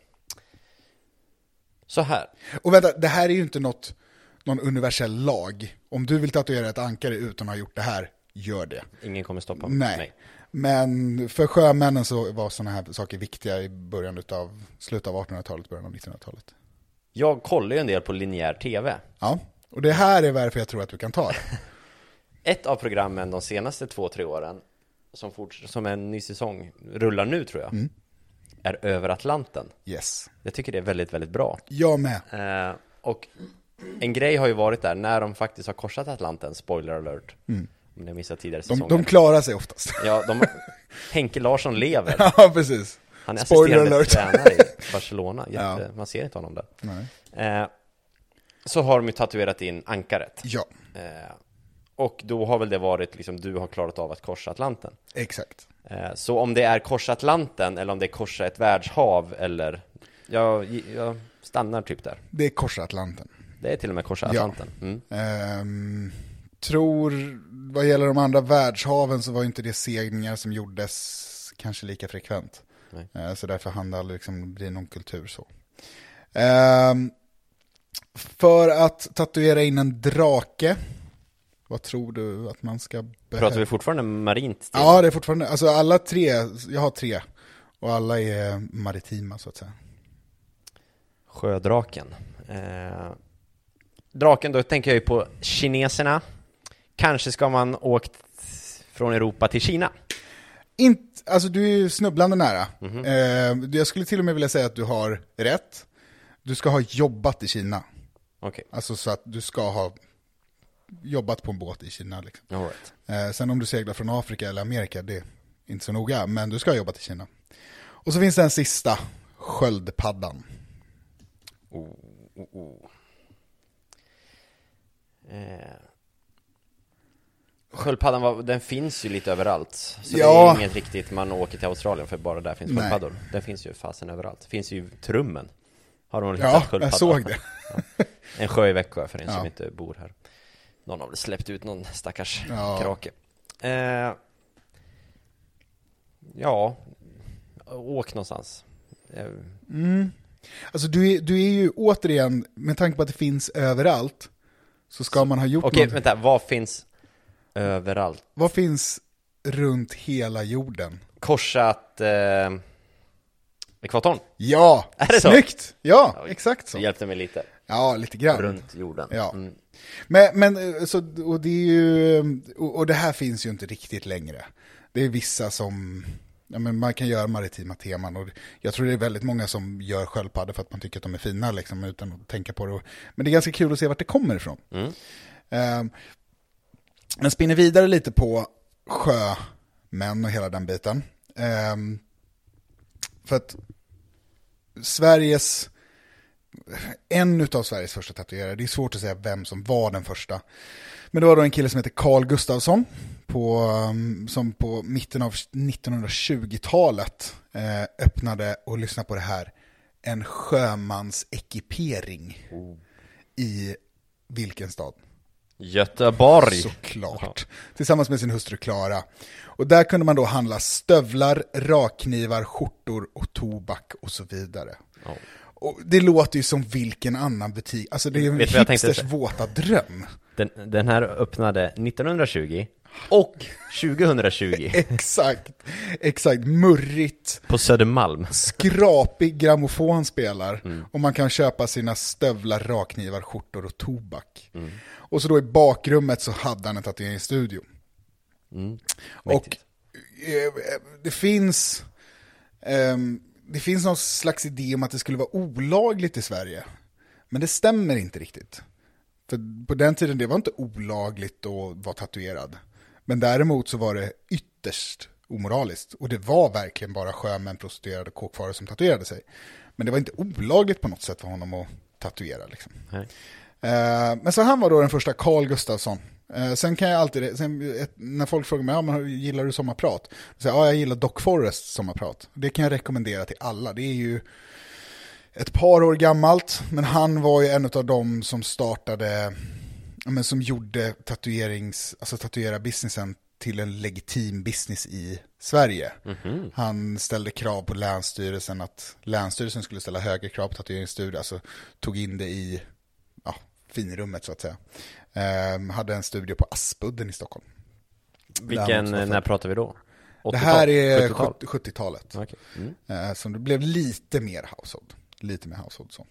Speaker 2: Så här.
Speaker 1: Och vänta, det här är ju inte någon universell lag. Om du vill tatuera ett ankare utan att ha gjort det här, gör det.
Speaker 2: Ingen kommer stoppa
Speaker 1: mig. Nej. Men för sjömännen så var sådana här saker viktiga i slutet av 1800-talet, början av 1900-talet.
Speaker 2: Jag kollar ju en del på linjär tv.
Speaker 1: Ja, och det här är varför jag tror att du kan ta det.
Speaker 2: Ett av programmen de senaste 2-3 åren som en ny säsong rullar nu, tror jag, är Över Atlanten.
Speaker 1: Yes.
Speaker 2: Jag tycker det är väldigt, väldigt bra.
Speaker 1: Jag med.
Speaker 2: Och en grej har ju varit där när de faktiskt har korsat Atlanten, spoiler alert. Om ni missat tidigare säsonger.
Speaker 1: De klarar sig oftast.
Speaker 2: Ja, Henke Larsson lever.
Speaker 1: Ja, precis.
Speaker 2: Han är assisterande tränare i Barcelona. Man ser inte honom där.
Speaker 1: Nej.
Speaker 2: Så har de ju tatuerat in ankaret.
Speaker 1: Ja.
Speaker 2: Och då har väl det varit liksom, du har klarat av att korsa Atlanten.
Speaker 1: Exakt.
Speaker 2: Så om det är korsa Atlanten eller om det är korsa ett världshav, eller jag stannar typ där.
Speaker 1: Det är korsa Atlanten.
Speaker 2: Det är till och med korsa Atlanten.
Speaker 1: Tror, vad gäller de andra världshaven så var inte det segningar som gjordes kanske lika frekvent. Så därför hann det aldrig liksom bli någon kultur så. För att tatuera in en drake, vad tror du att man ska behöva?
Speaker 2: Pratar vi fortfarande marint stil?
Speaker 1: Ja, det är fortfarande, alltså alla 3, jag har 3 och alla är maritima så att säga.
Speaker 2: Sjödraken. Draken, då tänker jag ju på kineserna. Kanske ska man åkt Från Europa till Kina.
Speaker 1: Alltså du är ju snubblande nära. Jag skulle till och med vilja säga att du har rätt. Du ska ha jobbat i Kina.
Speaker 2: Okay.
Speaker 1: Alltså så att du ska ha jobbat på en båt i Kina. Liksom.
Speaker 2: All right.
Speaker 1: Sen om du seglar från Afrika eller Amerika, det är inte så noga. Men du ska ha jobbat i Kina. Och så finns det en sista, sköldpaddan.
Speaker 2: Sköldpaddan, den finns ju lite överallt. Så det är inget riktigt man åker till Australien för bara där finns sköldpaddor. Den finns ju fasen överallt. Det finns ju Trummen. Har de hittat sköldpadda?
Speaker 1: Jag såg det.
Speaker 2: Ja. En sjö i Växjö för en som inte bor här. Någon har väl släppt ut någon stackars krake. Åk någonstans.
Speaker 1: Alltså du är ju återigen, med tanke på att det finns överallt, så ska man ha gjort
Speaker 2: Okej, vänta, vad finns överallt?
Speaker 1: Vad finns runt hela jorden?
Speaker 2: Korsat ekvatorn?
Speaker 1: Ja,
Speaker 2: är det
Speaker 1: snyggt!
Speaker 2: Så?
Speaker 1: Ja, exakt så.
Speaker 2: Det hjälpte mig lite.
Speaker 1: Ja, lite grann.
Speaker 2: Runt jorden.
Speaker 1: Ja. Men så, och det är ju, och det här finns ju inte riktigt längre. Det är vissa som, men man kan göra maritima teman, och jag tror det är väldigt många som gör sköldpaddor för att man tycker att de är fina liksom, utan att tänka på det. Men det är ganska kul att se vart det kommer ifrån. Men spinner vidare lite på sjömän och hela den biten. För att en utav Sveriges första tatuerare, det är svårt att säga vem som var den första, men det var då en kille som heter Carl Gustafsson som på mitten av 1920-talet öppnade, och lyssna på det här, en sjömansekipering i vilken stad?
Speaker 2: Göteborg.
Speaker 1: Såklart. Tillsammans med sin hustru Klara. Och där kunde man då handla stövlar, rakknivar, skjortor och tobak och så vidare. Och det låter ju som vilken annan butik. Alltså det är en hipsters våta dröm.
Speaker 2: Den här öppnade 1920 och 2020.
Speaker 1: Exakt. Murrigt.
Speaker 2: På Södermalm.
Speaker 1: Skrapig grammofon spelar. Och man kan köpa sina stövlar, rakknivar, skjortor och tobak. Och så då i bakrummet så hade han en tatueringsstudio. Och det finns någon slags idé om att det skulle vara olagligt i Sverige. Men det stämmer inte riktigt. För på den tiden det var inte olagligt att vara tatuerad. Men däremot så var det ytterst omoraliskt. Och det var verkligen bara sjömän, prostituerade och kåkfarare som tatuerade sig. Men det var inte olagligt på något sätt för honom att tatuera. Liksom. Men så han var då den första, Carl Gustafsson. Sen kan jag alltid, när folk frågar mig, men gillar du sommarprat? Så jag gillar Doc Forest sommarprat. Det kan jag rekommendera till alla. Det är ju ett par år gammalt, men han var ju en av dem som startade, som gjorde tatuera-businessen till en legitim business i Sverige. Han ställde krav på Länsstyrelsen, att Länsstyrelsen skulle ställa högre krav på tatueringsstudier, alltså tog in det i finrummet så att säga. Hade en studio på Aspudden i Stockholm.
Speaker 2: När pratar vi då? 80-tal?
Speaker 1: Det här är 70-talet.
Speaker 2: Okay.
Speaker 1: Så det blev lite mer household så.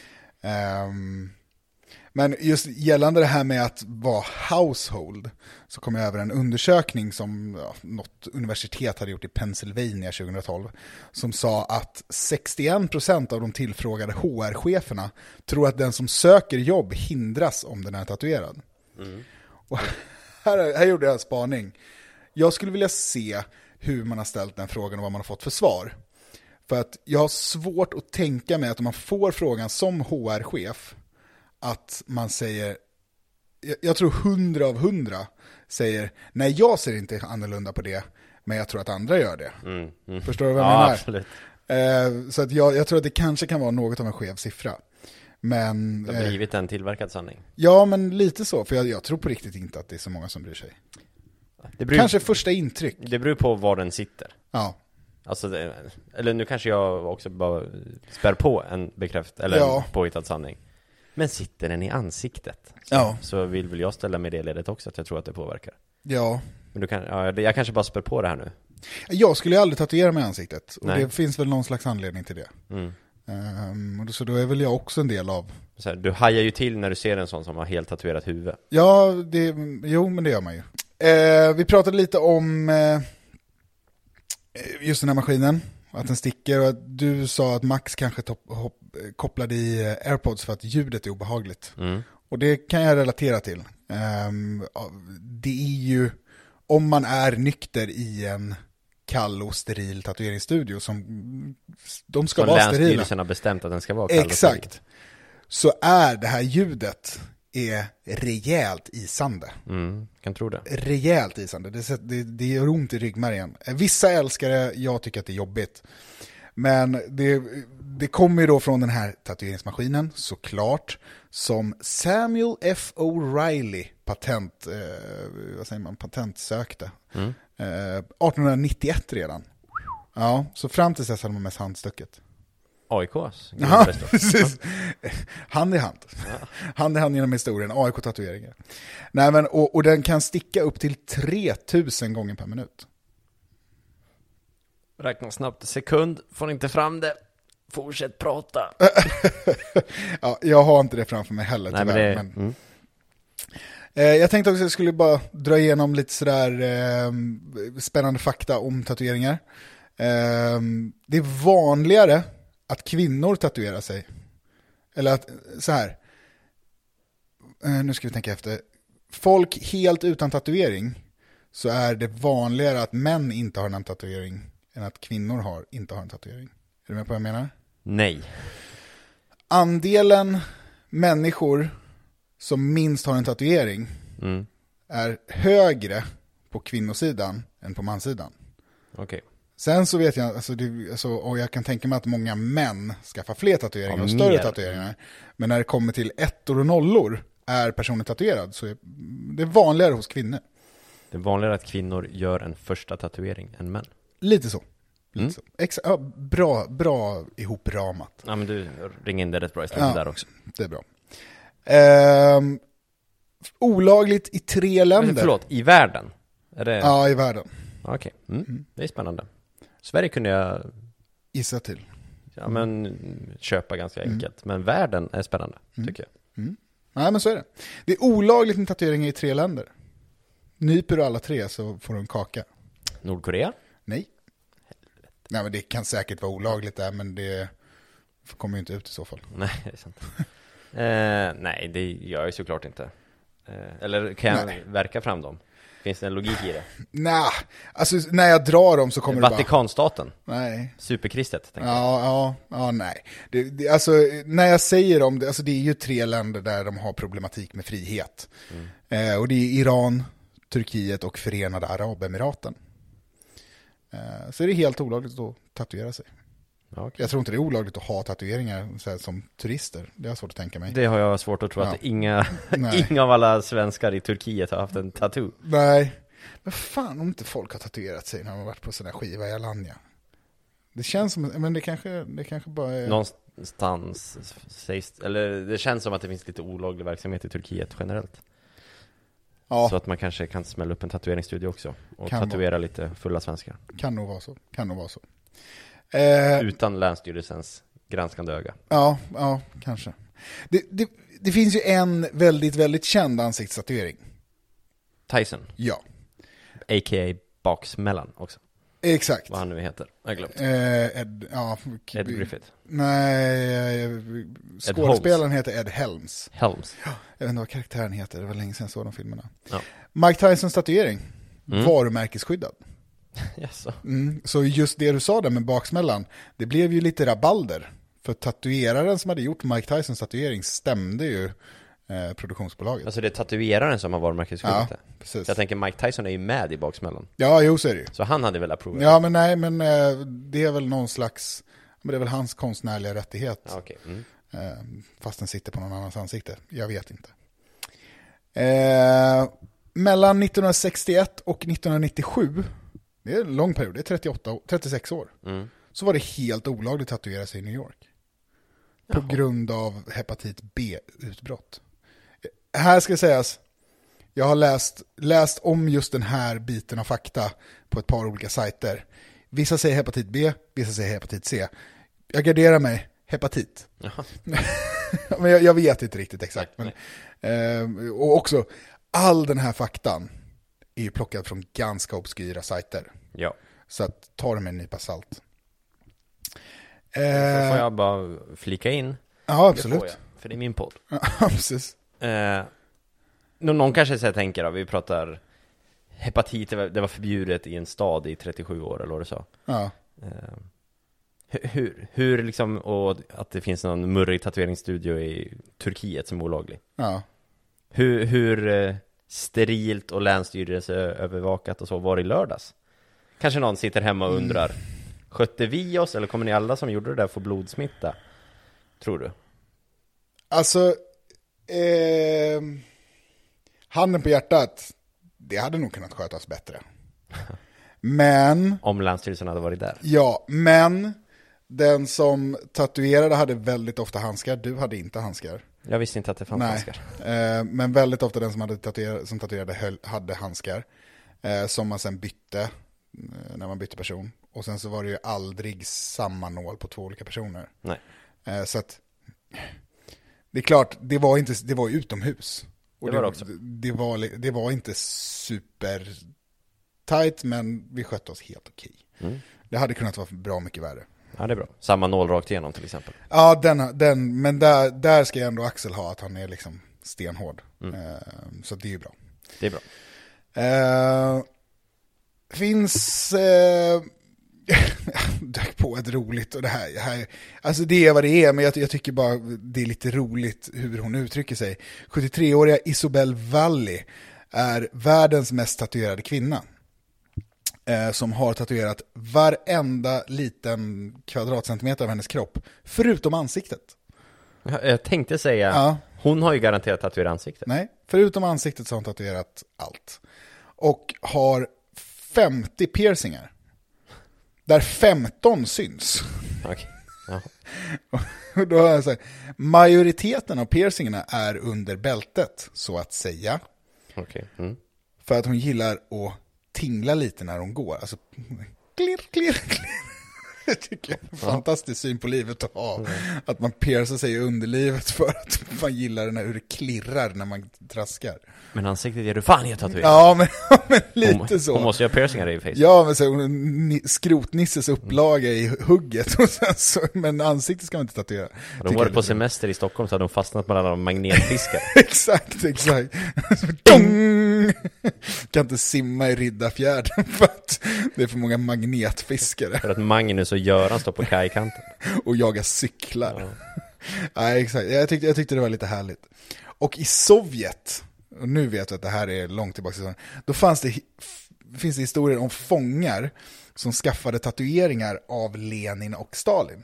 Speaker 1: Men just gällande det här med att vara household, så kom jag över en undersökning som något universitet hade gjort i Pennsylvania 2012, som sa att 61% av de tillfrågade HR-cheferna tror att den som söker jobb hindras om den är tatuerad. Och här gjorde jag en spaning. Jag skulle vilja se hur man har ställt den frågan och vad man har fått för svar. För att jag har svårt att tänka mig att om man får frågan som HR-chef, att man säger, jag tror 100 av 100 säger, nej jag ser inte annorlunda på det, men jag tror att andra gör det. Förstår du vad jag menar?
Speaker 2: Absolut.
Speaker 1: Så att jag tror att det kanske kan vara något av en skev siffra. Men,
Speaker 2: det har blivit en tillverkad sanning.
Speaker 1: Ja, men lite så, för jag tror på riktigt inte att det är så många som bryr sig. Kanske första intryck.
Speaker 2: Det beror på var den sitter.
Speaker 1: Ja.
Speaker 2: Alltså eller nu kanske jag också bara spär på en en påhittad sanning. Men sitter den i ansiktet, så vill väl jag ställa mig det ledet också, att jag tror att det påverkar. Ja. Men jag kanske bara spär på det här nu.
Speaker 1: Jag skulle ju aldrig tatuera mig i ansiktet. Och det finns väl någon slags anledning till det. Så då är väl jag också en del av...
Speaker 2: Du hajar ju till när du ser en sån som har helt tatuerat huvud.
Speaker 1: Ja, men det gör man ju. Vi pratade lite om just den här maskinen, att den sticker, och att du sa att Max kanske kopplade i AirPods för att ljudet är obehagligt. Och det kan jag relatera till. Det är ju, om man är nykter i en kall och steril tatueringsstudio som de ska vara sterila.
Speaker 2: Länsstyrelsen har bestämt att den ska vara kall.
Speaker 1: Exakt. Så är det här ljudet är rejält isande.
Speaker 2: Kan tro det.
Speaker 1: Rejält isande. Det gör ont i ryggmärgen. Vissa älskar det, jag tycker att det är jobbigt. Men det kommer ju då från den här tatueringsmaskinen, såklart, som Samuel F. O'Reilly patentsökte. 1891 redan. Ja, så fram till dess hade man mest handstucket.
Speaker 2: AIKs?
Speaker 1: Ja, precis. Hand i hand. Ja. Hand i hand genom historien. AIK-tatueringar. Nej, men, och den kan sticka upp till 3000 gånger per minut.
Speaker 2: Räkna snabbt. Sekund. Får inte fram det. Fortsätt prata.
Speaker 1: Ja, jag har inte det framför mig heller.
Speaker 2: Nej,
Speaker 1: tyvärr, men jag tänkte också att jag skulle bara dra igenom lite sådär spännande fakta om tatueringar. Det är vanligare att kvinnor tatuerar sig. Eller att, så här. Nu ska vi tänka efter. Folk helt utan tatuering, så är det vanligare att män inte har en tatuering än att kvinnor inte har en tatuering. Är du med på vad jag menar?
Speaker 2: Nej.
Speaker 1: Andelen människor som minst har en tatuering är högre på kvinnosidan än på mansidan.
Speaker 2: Okej.
Speaker 1: Sen så vet jag, och jag kan tänka mig att många män skaffar fler tatueringar och större tatueringar. Men när det kommer till ettor och nollor är personen tatuerad, så är det vanligare hos kvinnor.
Speaker 2: Det är vanligare att kvinnor gör en första tatuering än män.
Speaker 1: Lite så. Bra ihopramat.
Speaker 2: Ja, men du ringer in det rätt bra i slutet där också.
Speaker 1: Det är bra. Olagligt i 3 länder.
Speaker 2: Men förlåt, i världen? Är det...
Speaker 1: Ja, i världen.
Speaker 2: Okej, det är spännande. Sverige kunde jag
Speaker 1: gissa till.
Speaker 2: Ja, men köpa ganska enkelt. Men världen är spännande, tycker jag.
Speaker 1: Nej, men så är det. Det är olagligt med tatueringar i 3 länder. Nyper du alla 3 så får du en kaka.
Speaker 2: Nordkorea?
Speaker 1: Nej. Nej, men det kan säkert vara olagligt där, men det kommer ju inte ut i så fall.
Speaker 2: Nej, det är sant. Nej, det gör jag såklart inte. Eller kan jag verka fram dem? Finns det en logik i det?
Speaker 1: Nej, alltså när jag drar dem så kommer
Speaker 2: Vatikanstaten?
Speaker 1: Nej.
Speaker 2: Superkristet?
Speaker 1: Ja, nej. Alltså, när jag säger dem, alltså det är ju 3 länder där de har problematik med frihet. Och det är Iran, Turkiet och Förenade Arabemiraten. Så är det helt olagligt att tatuera sig.
Speaker 2: Okay.
Speaker 1: Jag tror inte det är olagligt att ha tatueringar så här, som turister. Det har svårt att tänka mig.
Speaker 2: Det har jag svårt att tro att inga av alla svenskar i Turkiet har haft en tattoo.
Speaker 1: Nej. Men fan om inte folk har tatuerat sig när de har varit på sån här skiva i Alanya. Det känns som, men det kanske bara är...
Speaker 2: Någonstans sägs, eller det känns som att det finns lite olaglig verksamhet i Turkiet generellt. Ja. Så att man kanske kan smälla upp en tatueringsstudio också och tatuera lite fulla svenskar.
Speaker 1: Kan nog vara så.
Speaker 2: Utan länsstyrelsens granskande öga.
Speaker 1: Ja, kanske. Det finns ju en väldigt, väldigt känd ansiktstatuering.
Speaker 2: Tyson?
Speaker 1: Ja.
Speaker 2: A.k.a. Baksmällan också.
Speaker 1: Exakt.
Speaker 2: Vad han nu heter. Jag har glömt.
Speaker 1: Ed
Speaker 2: Griffith.
Speaker 1: Nej, skådespelaren heter Ed Helms. Jag vet inte vad karaktären heter, det var länge sedan jag såg de filmerna. Ja. Mike Tysons tatuering, varumärkesskyddad.
Speaker 2: Yes.
Speaker 1: Så just det du sa där med baksmällan, det blev ju lite rabalder. För tatueraren som hade gjort Mike Tysons tatuering stämde ju produktionsbolaget.
Speaker 2: Alltså det är tatueraren som har varumärkesskyddat det.
Speaker 1: Precis.
Speaker 2: Jag tänker Mike Tyson är ju med i baksmällan.
Speaker 1: Ja, jo så är det ju.
Speaker 2: Så han hade väl approvat.
Speaker 1: Ja, men nej, men det är väl någon slags, men det är väl hans konstnärliga rättighet.
Speaker 2: Ja, okay.
Speaker 1: Fast den sitter på någon annans ansikte. Jag vet inte. Mellan 1961 och 1997, det är en lång period, det är 36 år. Så var det helt olagligt att tatuera sig i New York. På grund av hepatit B-utbrott. Här ska sägas, jag har läst om just den här biten av fakta på ett par olika sajter. Vissa säger hepatit B, vissa säger hepatit C. Jag garderar mig, hepatit. Men jag vet inte riktigt exakt. Men, och också, all den här faktan är ju plockad från ganska obskyra sajter.
Speaker 2: Ja.
Speaker 1: Så att ta det med en nypa salt.
Speaker 2: Får jag bara flika in?
Speaker 1: Ja, absolut.
Speaker 2: För det är min podd.
Speaker 1: Ja, precis.
Speaker 2: Någon kanske så här tänker, vi pratar hepatit, det var förbjudet i en stad i 37 år, eller vad du sa.
Speaker 1: Ja.
Speaker 2: Hur liksom, och att det finns någon murrig tatueringsstudio i Turkiet som är olaglig.
Speaker 1: Ja.
Speaker 2: Hur sterilt och länsstyrelse övervakat och så var det i lördags? Kanske någon sitter hemma och undrar, skötte vi oss eller kommer ni alla som gjorde det där få blodsmitta? Tror du?
Speaker 1: Alltså, handen på hjärtat, det hade nog kunnat skötas bättre. Men...
Speaker 2: Om Länsstyrelsen hade varit där.
Speaker 1: Ja, men den som tatuerade hade väldigt ofta handskar. Du hade inte handskar.
Speaker 2: Jag visste inte att det fanns handskar.
Speaker 1: Men väldigt ofta den som tatuerade hade handskar. Som man sen bytte när man bytte person. Och sen så var det ju aldrig samma nål på 2 olika personer.
Speaker 2: Nej.
Speaker 1: Så att det är klart, det var utomhus. Och
Speaker 2: det var det också.
Speaker 1: Det var inte super tight, men vi skötte oss helt okej. Det hade kunnat vara bra mycket värre.
Speaker 2: Ja, det är bra. Samma nål rakt igenom till exempel.
Speaker 1: Ja, men där ska jag ändå Axel ha att han är liksom stenhård. Så det är ju bra.
Speaker 2: Det är bra.
Speaker 1: Finns dök på ett roligt och det här alltså det är vad det är, men jag tycker bara det är lite roligt hur hon uttrycker sig. 73-åriga Isobel Valli är världens mest tatuerade kvinna. Som har tatuerat varenda liten kvadratcentimeter av hennes kropp förutom ansiktet.
Speaker 2: Jag tänkte säga, hon har ju garanterat tatuerat ansiktet.
Speaker 1: Nej, förutom ansiktet så har hon tatuerat allt. Och har 50 piercingar. Där 15 syns.
Speaker 2: Okej. Ja.
Speaker 1: Och då har jag sagt, majoriteten av piercingarna är under bältet, så att säga.
Speaker 2: Okej.
Speaker 1: För att hon gillar att tingla lite när hon går. Alltså, klirr, klirr, klirr. Jag tycker det är en fantastisk syn på livet att ha. Att man piercar sig i underlivet för att man gillar hur det klirrar när man traskar.
Speaker 2: Men ansiktet är du fan i tatuering.
Speaker 1: Ja, men lite så.
Speaker 2: Hon måste ju ha piercingar i face.
Speaker 1: Ja, men så skrotnisses upplaga i hugget. Och sen så, men ansiktet ska man inte tatuera.
Speaker 2: Hade hon varit på semester i Stockholm så hade hon fastnat med alla magnetfiskar.
Speaker 1: Exakt. Dong! Kan inte simma i Riddarfjärden för att det är för många magnetfiskare.
Speaker 2: För att Magnus och Göran står på kajkanten.
Speaker 1: Och jagar cyklar. Ja. Nej, exakt. Jag tyckte det var lite härligt. Och i Sovjet, och nu vet jag att det här är långt tillbaka, då finns det historier om fångar som skaffade tatueringar av Lenin och Stalin.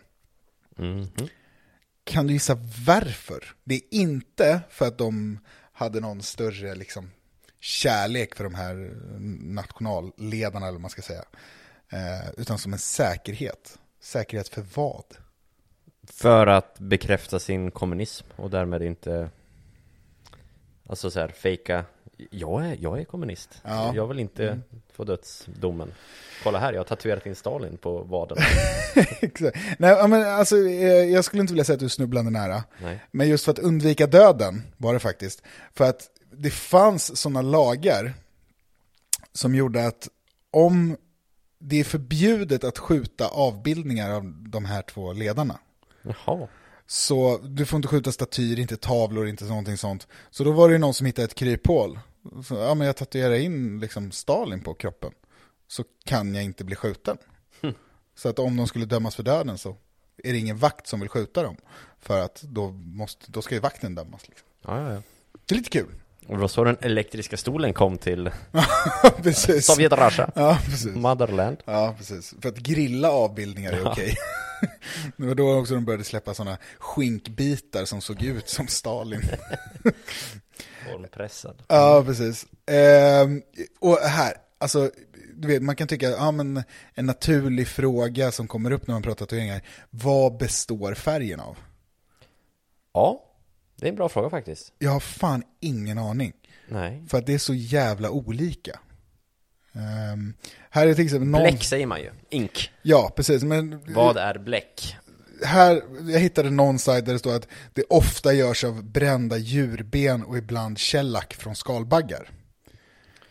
Speaker 1: Kan du gissa varför? Det är inte för att de hade någon större liksom kärlek för de här nationalledarna, eller vad man ska säga, utan som en säkerhet. Säkerhet för vad?
Speaker 2: För att bekräfta sin kommunism och därmed inte, alltså så här, fejka, jag är kommunist.
Speaker 1: Ja.
Speaker 2: Jag vill inte få dödsdomen. Kolla här, jag har tatuerat in Stalin på vaden.
Speaker 1: Exakt. Nej, men alltså, jag skulle inte vilja säga att du snubblande nära.
Speaker 2: Nej.
Speaker 1: Men just för att undvika döden var det faktiskt. För att det fanns sådana lagar som gjorde att om det är förbjudet att skjuta avbildningar av de här 2 ledarna.
Speaker 2: Jaha.
Speaker 1: Så du får inte skjuta statyer, inte tavlor, inte någonting sånt. Så då var det någon som hittade ett kryphål. Så, men jag tatuerar in liksom Stalin på kroppen. Så kan jag inte bli skjuten. Så att om de skulle dömas för döden så är det ingen vakt som vill skjuta dem. För att då ska ju vakten dömas. Liksom.
Speaker 2: Ja.
Speaker 1: Det är lite kul.
Speaker 2: Och det var så den elektriska stolen kom till
Speaker 1: precis.
Speaker 2: Sovjet Russia.
Speaker 1: Ja, precis.
Speaker 2: Motherland.
Speaker 1: Ja, precis. För att grilla avbildningar är okej. Det var då också de började släppa sådana skinkbitar som såg ut som Stalin.
Speaker 2: Formpressad.
Speaker 1: Ja, precis. Och här, alltså, du vet, man kan tycka, men en naturlig fråga som kommer upp när man pratar tatueringar. Vad består färgen av? Ja.
Speaker 2: Det är en bra fråga faktiskt.
Speaker 1: Jag har fan ingen aning.
Speaker 2: Nej.
Speaker 1: För att det är så jävla olika. Här är till exempel
Speaker 2: bläck säger man ju. Ink.
Speaker 1: Ja, precis. Men
Speaker 2: vad är bläck?
Speaker 1: Här, jag hittade någon sajt där det står att det ofta görs av brända djurben och ibland källack från skalbaggar.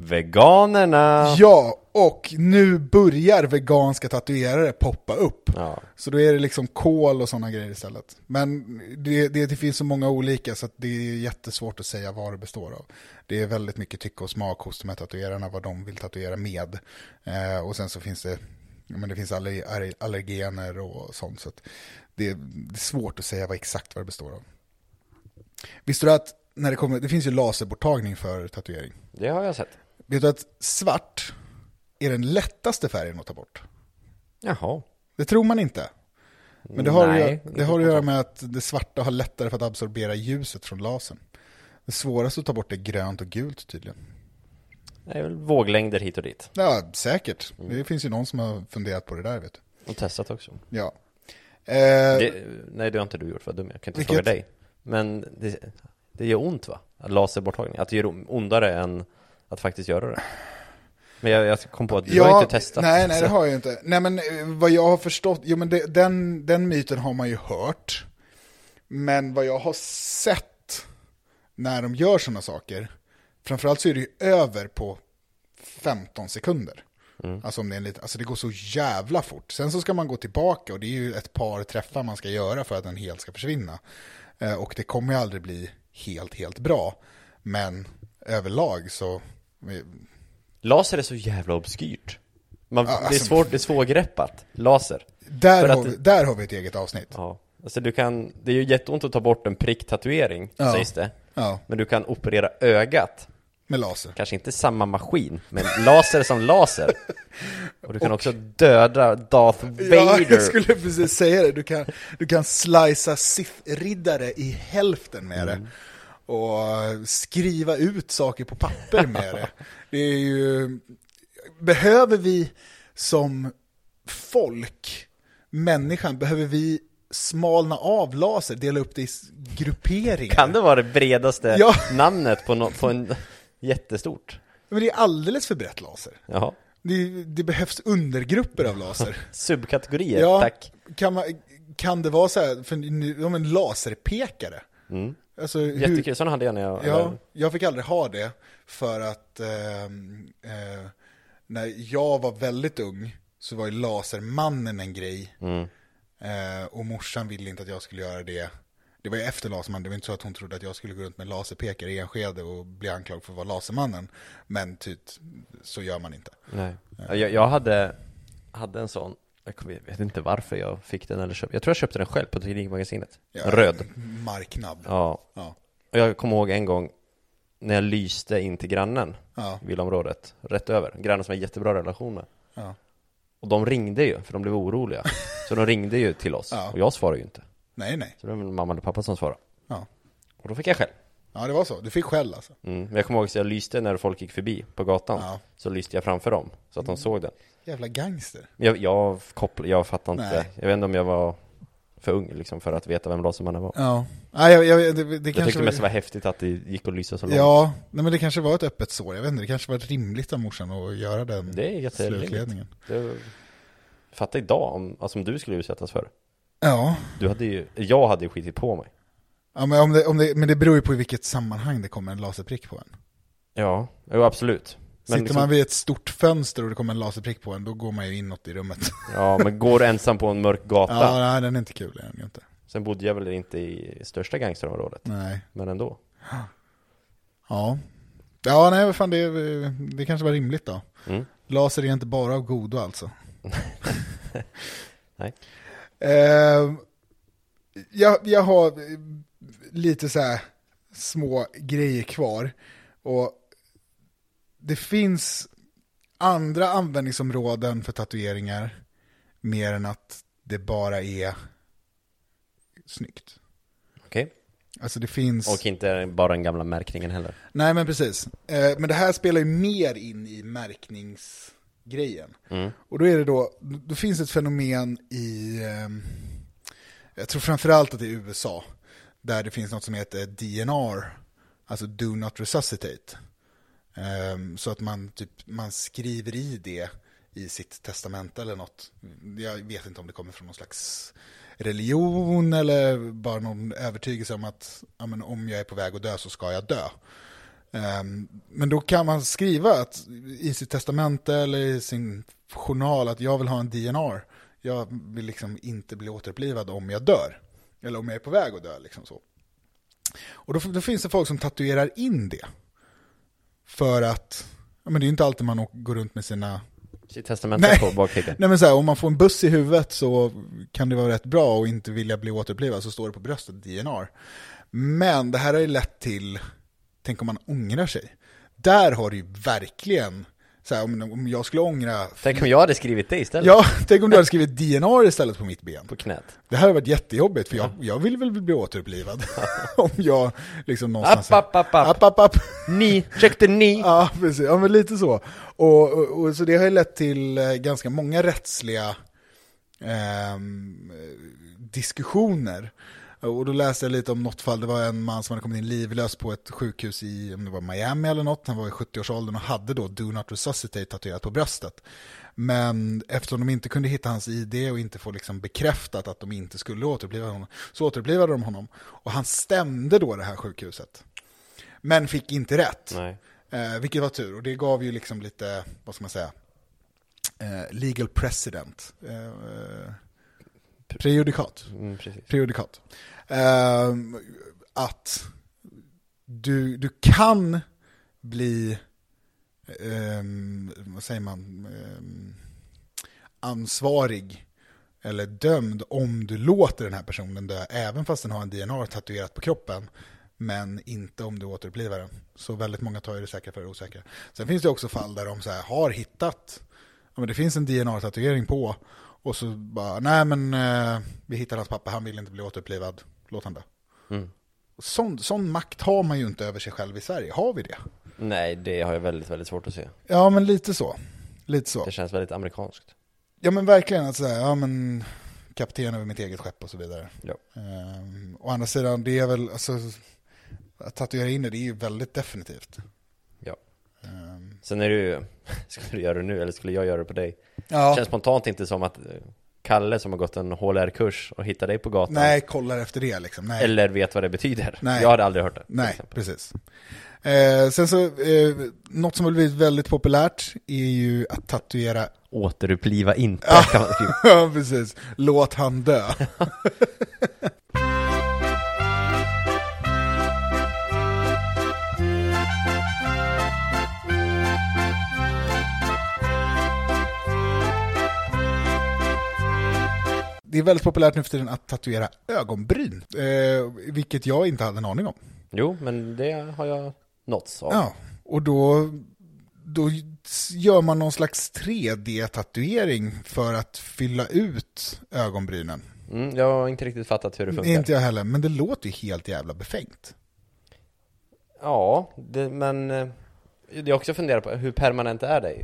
Speaker 2: Veganerna!
Speaker 1: Ja, och nu börjar veganska tatuerare poppa upp.
Speaker 2: Ja.
Speaker 1: Så då är det liksom kål och sådana grejer istället. Men det finns så många olika så att det är jättesvårt att säga vad det består av. Det är väldigt mycket tycke och smak hos de här tatuerarna vad de vill tatuera med. Och sen så finns det finns allergener och sånt. Så att det är svårt att säga exakt vad det består av. Visste du att det finns ju laserborttagning för tatuering?
Speaker 2: Det har jag sett.
Speaker 1: Vet du att svart är den lättaste färgen att ta bort?
Speaker 2: Jaha.
Speaker 1: Det tror man inte. Men det har att göra
Speaker 2: så.
Speaker 1: med att det svarta har lättare för att absorbera ljuset från lasern. Det svåraste att ta bort är grönt och gult tydligen.
Speaker 2: Det är väl våglängder hit och dit.
Speaker 1: Ja, säkert. Det finns ju någon som har funderat på det där, vet du.
Speaker 2: Och testat också.
Speaker 1: Ja.
Speaker 2: Nej, det har inte du gjort, vad dum jag kan inte fråga dig. Men det gör ont, va? Laserborttagning. Att det gör ondare än att faktiskt göra det. Men jag kom på att du har inte testat.
Speaker 1: Nej, det har jag inte. Nej, men vad jag har förstått, men den myten har man ju hört. Men vad jag har sett när de gör sådana saker, framförallt så är det ju över på 15 sekunder. Alltså, alltså det går så jävla fort. Sen så ska man gå tillbaka och det är ju ett par träffar man ska göra för att den helt ska försvinna. Och det kommer ju aldrig bli helt bra. Men överlag så...
Speaker 2: Laser är så jävla obskyrt. Det är svårgreppat. Laser.
Speaker 1: Där har vi ett eget avsnitt.
Speaker 2: Ja. Alltså det är ju jätteont att ta bort en pricktatuering, sägs det.
Speaker 1: Ja.
Speaker 2: Men du kan operera ögat.
Speaker 1: Med laser.
Speaker 2: Kanske inte samma maskin, men laser som laser. Och du kan också döda Darth Vader.
Speaker 1: Ja, jag skulle precis säga det. Du kan slicea Sith-riddare i hälften med det. Och skriva ut saker på papper med det. Det är ju... Behöver vi som folk, människan, behöver vi smalna av laser, dela upp det i grupperingar?
Speaker 2: Kan det vara det bredaste namnet på en jättestort?
Speaker 1: Men det är alldeles för brett laser.
Speaker 2: Jaha.
Speaker 1: Det behövs undergrupper av laser.
Speaker 2: Subkategorier, tack.
Speaker 1: Kan det vara så här, för de är en laserpekare. Alltså,
Speaker 2: jättekul, sådana hade jag när jag...
Speaker 1: Jag fick aldrig ha det för att när jag var väldigt ung så var ju lasermannen en grej. Och morsan ville inte att jag skulle göra det. Det var ju efter lasermannen. Det var inte så att hon trodde att jag skulle gå runt med laserpekare i Enskede och bli anklagad för att vara lasermannen. Men typ, så gör man inte.
Speaker 2: Nej. Jag hade en sån. Jag vet inte varför jag fick den eller köpte. Jag tror jag köpte den själv på Teknikmagasinet. Röd.
Speaker 1: Marknad.
Speaker 2: Ja. Och jag kommer ihåg en gång när jag lyste in till grannen villaområdet, rätt över. Grannen som har jättebra relation med.
Speaker 1: Ja.
Speaker 2: Och de ringde ju, för de blev oroliga. Så de ringde ju till oss. Och jag svarade ju inte.
Speaker 1: Nej.
Speaker 2: Så det var mamma eller pappa som svarade.
Speaker 1: Ja.
Speaker 2: Och då fick jag själv.
Speaker 1: Ja, det var så. Du fick skäll alltså.
Speaker 2: Men jag kommer ihåg att jag lyste när folk gick förbi på gatan. Ja. Så lyste jag framför dem, så att de såg den.
Speaker 1: Jävla gangster.
Speaker 2: Jag fattar inte. Nej. Jag vet inte om jag var för ung liksom, för att veta vem lasermannen var.
Speaker 1: Ja.
Speaker 2: Jag tyckte mest det var häftigt att det gick att lysa så långt.
Speaker 1: Ja, men det kanske var ett öppet sår. Jag vet inte, det kanske var rimligt av morsan att göra den slutledningen.
Speaker 2: Jag fattar idag om du skulle utsättas för.
Speaker 1: Ja.
Speaker 2: Jag hade ju skitit på mig.
Speaker 1: Ja, men men det beror ju på i vilket sammanhang det kommer en laserprick på en.
Speaker 2: Ja, absolut. Men
Speaker 1: sitter man vid ett stort fönster och det kommer en laserprick på en, då går man ju inåt i rummet.
Speaker 2: Ja, men går du ensam på en mörk gata?
Speaker 1: Ja, nej, den är inte kul, den är inte.
Speaker 2: Sen bodde jag väl inte i största gangsterområdet.
Speaker 1: Nej.
Speaker 2: Men ändå.
Speaker 1: Ja. Ja, nej, vad fan, det kanske var rimligt då. Laser är inte bara av godo alltså.
Speaker 2: Nej.
Speaker 1: Jag har lite så här små grejer kvar. Och det finns andra användningsområden för tatueringar mer än att det bara är snyggt.
Speaker 2: Okej.
Speaker 1: Alltså det finns...
Speaker 2: Och inte bara den gamla märkningen heller.
Speaker 1: Nej, men precis. Men det här spelar ju mer in i märkningsgrejen. Och då är det då finns ett fenomen i... jag tror framförallt att det är i USA. Där det finns något som heter DNR. Alltså Do Not Resuscitate. Så att man skriver i det i sitt testamente eller något. Jag vet inte om det kommer från någon slags religion eller bara någon övertygelse om att om jag är på väg att dö så ska jag dö. Men då kan man skriva att, i sitt testamente eller i sin journal att jag vill ha en DNR. Jag vill liksom inte bli återupplivad om jag dör. Eller om jag är på väg att dö. Liksom så. Och då finns det folk som tatuerar in det. För att, men det är ju inte alltid man går runt med
Speaker 2: sitt testamente på bakfickan.
Speaker 1: Nej, men så här, om man får en buss i huvudet så kan det vara rätt bra och inte vilja bli återupplivad, så står det på bröstet DNR. Men det här har ju lett till, tänk om man ångrar sig. Där har det ju verkligen, så här, om jag skulle ångra...
Speaker 2: Tänk om jag hade skrivit det istället.
Speaker 1: Ja, tänk om du hade skrivit DNR istället på mitt ben.
Speaker 2: På knät.
Speaker 1: Det här har varit jättejobbigt, för jag vill väl bli återupplivad. Om jag liksom någonstans...
Speaker 2: App. Ni, check the knee.
Speaker 1: Ja, precis. Ja, men lite så. Och så det har ju lett till ganska många rättsliga diskussioner. Och då läste jag lite om något fall. Det var en man som hade kommit in livlös på ett sjukhus i, om det var Miami eller något. Han var i 70-årsåldern och hade då Do Not Resuscitate tatuerat på bröstet. Men eftersom de inte kunde hitta hans ID och inte få liksom bekräftat att de inte skulle återuppliva honom, så återupplivade de honom. Och han stämde då det här sjukhuset. Men fick inte rätt.
Speaker 2: Nej.
Speaker 1: Vilket var tur. Och det gav ju liksom lite, vad ska man säga, legal precedent. Prejudikat. Prejudikat. Att du kan bli vad säger man, ansvarig eller dömd om du låter den här personen dö, även fast den har en DNR tatuerat på kroppen, men inte om du återupplivar den. Så väldigt många tar ju det säkra för det osäkra. Sen finns det också fall där de så här har hittat, ja, men det finns en DNR-tatuering på, och så bara, nej men vi hittar hans pappa, han vill inte bli återupplivad, låt han dö. Sån makt har man ju inte över sig själv i Sverige. Har vi det?
Speaker 2: Nej, det har jag väldigt, väldigt svårt att se.
Speaker 1: Ja, men lite så.
Speaker 2: Det känns väldigt amerikanskt.
Speaker 1: Ja, men verkligen att säga, ja men kapten över mitt eget skepp och så vidare.
Speaker 2: Ja.
Speaker 1: Å andra sidan, det är väl, alltså, att tatuera in det är ju väldigt definitivt.
Speaker 2: Ja. Sen är det ju, skulle du göra det nu eller skulle jag göra det på dig?
Speaker 1: Ja.
Speaker 2: Det känns spontant inte som att Kalle som har gått en HLR-kurs och hittar dig på gatan.
Speaker 1: Nej, kollar efter det liksom. Nej.
Speaker 2: Eller vet vad det betyder.
Speaker 1: Nej.
Speaker 2: Jag hade aldrig hört det.
Speaker 1: Nej, precis. Sen så, något som har blivit väldigt populärt är ju att tatuera.
Speaker 2: Återuppliva inte, kan man skriva.
Speaker 1: Ja, precis. Låt han dö. Det är väldigt populärt nu för tiden att tatuera ögonbryn, vilket jag inte hade en aning om.
Speaker 2: Jo, men det har jag nåtts av.
Speaker 1: Ja, och då gör man någon slags 3D-tatuering för att fylla ut ögonbrynen.
Speaker 2: Jag har inte riktigt fattat hur det funkar.
Speaker 1: Inte jag heller, men det låter ju helt jävla befängt.
Speaker 2: Ja, men jag också funderar på hur permanent är det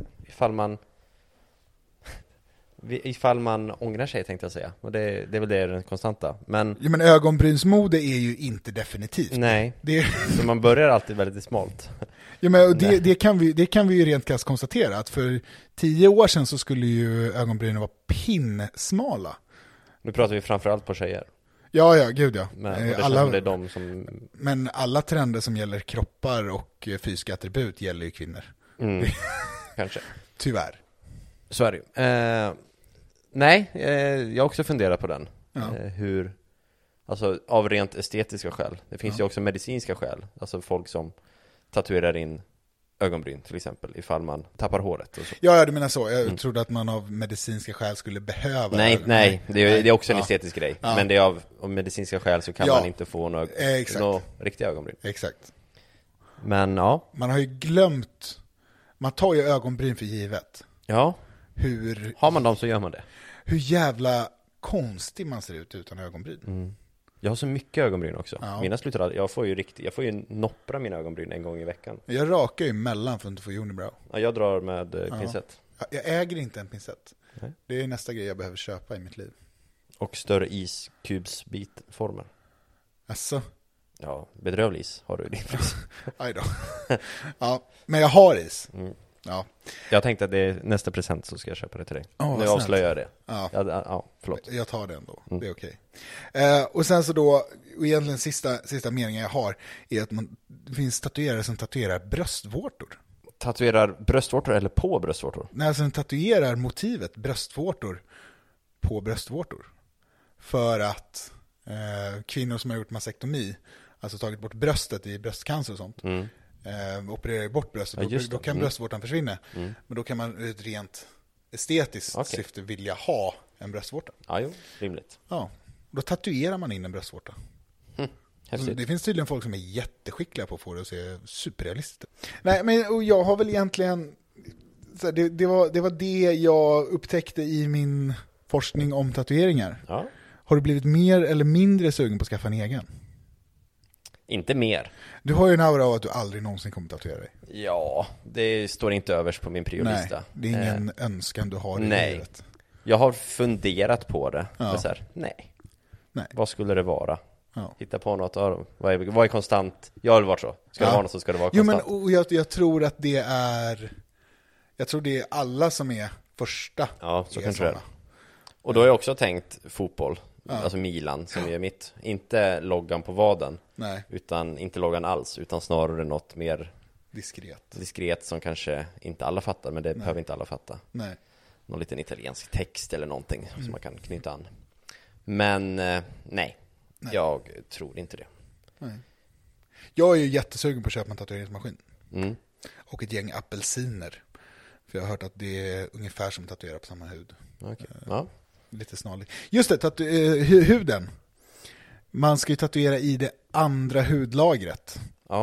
Speaker 2: ifall man ångrar sig, tänkte jag säga. Och det är väl det den konstanta. Men,
Speaker 1: ja, men ögonbrynsmode är ju inte definitivt.
Speaker 2: Nej,
Speaker 1: det
Speaker 2: så man börjar alltid väldigt smalt.
Speaker 1: Ja, men det kan vi ju rent krasst konstatera att för 10 år sedan så skulle ju ögonbrynen vara pinsmala.
Speaker 2: Nu pratar vi framförallt på tjejer.
Speaker 1: Ja, gud ja.
Speaker 2: Men, det är de som...
Speaker 1: Men alla trender som gäller kroppar och fysiska attribut gäller ju kvinnor.
Speaker 2: Kanske.
Speaker 1: Tyvärr.
Speaker 2: Så är det. Nej, jag också funderar på den.
Speaker 1: Ja.
Speaker 2: Hur, alltså av rent estetiska skäl. Det finns ju också medicinska skäl. Alltså folk som tatuerar in ögonbryn till exempel, ifall man tappar håret och så.
Speaker 1: Ja, du menar så. Jag trodde att man av medicinska skäl skulle behöva...
Speaker 2: Nej, det är också en estetisk grej. Ja. Men det är av medicinska skäl så kan man inte få några riktiga ögonbryn.
Speaker 1: Exakt.
Speaker 2: Men ja.
Speaker 1: Man har ju glömt... Man tar ju ögonbryn för givet.
Speaker 2: Ja. Har man dem så gör man det.
Speaker 1: Hur jävla konstig man ser ut utan ögonbryn.
Speaker 2: Jag har så mycket ögonbryn också.
Speaker 1: Ja.
Speaker 2: Mina slutar, jag får ju noppra mina ögonbryn en gång i veckan.
Speaker 1: Jag rakar ju emellan för att inte få unibrow.
Speaker 2: Ja, jag drar med pincett.
Speaker 1: Jag äger inte en pincett.
Speaker 2: Nej.
Speaker 1: Det är nästa grej jag behöver köpa i mitt liv.
Speaker 2: Och större iskubsbitformer.
Speaker 1: Asså?
Speaker 2: Ja, bedrövlig is har du i din fris.
Speaker 1: Aj då. Ja, men jag har is. Ja.
Speaker 2: Jag tänkte att det är nästa present så ska jag köpa det till dig. Nu avslöjar jag det. Ja, förlåt.
Speaker 1: Jag tar det ändå, det är okej. Och sen så då, och egentligen sista meningen jag har är att det finns tatuerare som tatuerar bröstvårtor.
Speaker 2: Tatuerar bröstvårtor eller på bröstvårtor?
Speaker 1: Nej, alltså den tatuerar motivet bröstvårtor på bröstvårtor. För att kvinnor som har gjort mastektomi, alltså tagit bort bröstet i bröstcancer och sånt, opererar bort bröstet, då kan bröstvårtan försvinna. Men då kan man ur ett rent estetiskt syfte vilja ha en bröstvårta.
Speaker 2: Ja, jo, rimligt.
Speaker 1: Ja, då tatuerar man in en bröstvårta. Det finns tydligen folk som är jätteskickliga på att få det att se superrealistiskt. Nej, men och jag har väl egentligen det var det jag upptäckte i min forskning om tatueringar.
Speaker 2: Ja.
Speaker 1: Har du blivit mer eller mindre sugen på att skaffa en egen?
Speaker 2: Inte mer.
Speaker 1: Du har ju en aura av att du aldrig någonsin kommer tatuera dig.
Speaker 2: Ja, det står inte överst på min priolista.
Speaker 1: Nej, det är ingen önskan du har i livet.
Speaker 2: Jag har funderat på det.
Speaker 1: Ja.
Speaker 2: Men så här, nej. Vad skulle det vara? Ja. Hitta på något. Vad är konstant? Jag har varit så. Ska det vara något så ska det vara konstant.
Speaker 1: Jo, men jag tror att det är... Jag tror det är alla som är första.
Speaker 2: Ja, så kanske det är. Och då har jag också tänkt fotboll. Alltså Milan som är mitt. Inte loggan på vaden.
Speaker 1: Nej.
Speaker 2: Utan inte loggan alls. Utan snarare något mer diskret som kanske inte alla fattar. Men det behöver inte alla fatta.
Speaker 1: Nej.
Speaker 2: Någon liten italiensk text eller någonting som man kan knyta an. Men nej. Jag tror inte det.
Speaker 1: Nej. Jag är ju jättesugen på att köpa en tatueringsmaskin. Och ett gäng apelsiner. För jag har hört att det är ungefär som att tatuera på samma hud.
Speaker 2: Okay. Ja.
Speaker 1: Lite snarligt. Just det, huden. Man ska ju tatuera i det andra hudlagret.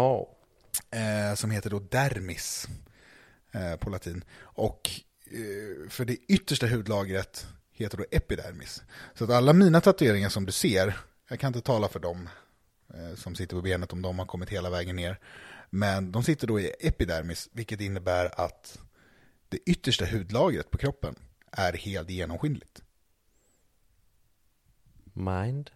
Speaker 1: Som heter då dermis på latin. Och för det yttersta hudlagret heter då epidermis. Så att alla mina tatueringar som du ser, jag kan inte tala för dem som sitter på benet om de har kommit hela vägen ner. Men de sitter då i epidermis, vilket innebär att det yttersta hudlagret på kroppen är helt genomskinligt.
Speaker 2: Mind.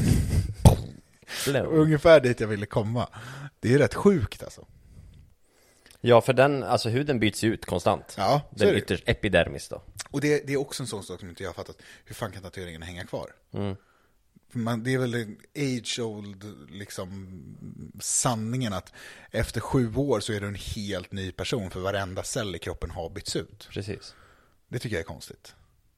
Speaker 1: Ungefär dit jag ville komma. Det är rätt sjukt alltså.
Speaker 2: Ja, för huden byts ut konstant.
Speaker 1: Ja,
Speaker 2: den ytterst epidermis då.
Speaker 1: Och det är också en sån sak som inte jag har fattat. Hur fan kan tatueringen hänga kvar? Det är väl en age-old liksom, sanningen att efter 7 år så är du en helt ny person för varenda cell i kroppen har bytts ut.
Speaker 2: Precis.
Speaker 1: Det tycker jag är konstigt.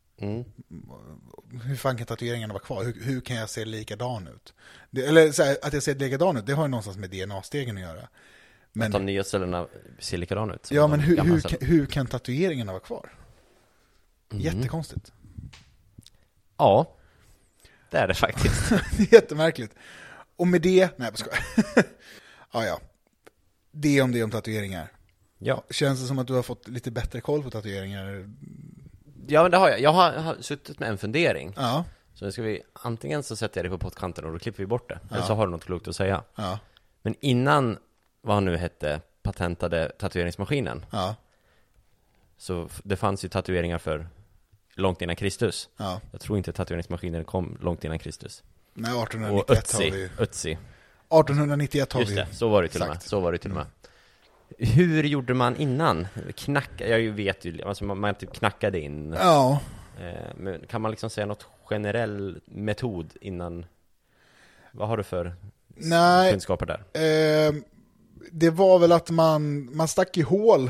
Speaker 1: Hur fan kan tatueringarna vara kvar? Hur kan jag se likadan ut? Eller så här, att jag ser likadan ut, det har ju någonstans med DNA-stegen att göra. Men,
Speaker 2: att de nya cellerna ser likadana ut.
Speaker 1: Ja, men hur kan tatueringarna vara kvar? Jättekonstigt.
Speaker 2: Ja, det är det faktiskt.
Speaker 1: Det är jättemärkligt. Och med det... Nej, jag skojar. Ja. Det om tatueringar.
Speaker 2: Ja.
Speaker 1: Känns det som att du har fått lite bättre koll på tatueringar?
Speaker 2: Ja, men det har jag. Jag har suttit med en fundering.
Speaker 1: Ja.
Speaker 2: Så ska vi... Antingen så sätter jag det på pottkanten och då klipper vi bort det. Eller så har du något klokt att säga.
Speaker 1: Ja.
Speaker 2: Men innan, vad han nu hette, patentade tatueringsmaskinen.
Speaker 1: Ja.
Speaker 2: Så det fanns ju tatueringar för långt innan Kristus.
Speaker 1: Ja.
Speaker 2: Jag tror inte tatueringsmaskinen kom långt innan Kristus.
Speaker 1: Nej, 1891 har vi.
Speaker 2: Ötzi.
Speaker 1: 1891 har vi.
Speaker 2: Just det, så var det till och med. Hur gjorde man innan? Jag vet ju, alltså man typ knackade in.
Speaker 1: Ja.
Speaker 2: Men kan man liksom säga något generell metod innan? Vad har du för kunskaper där?
Speaker 1: Det var väl att man stack i hål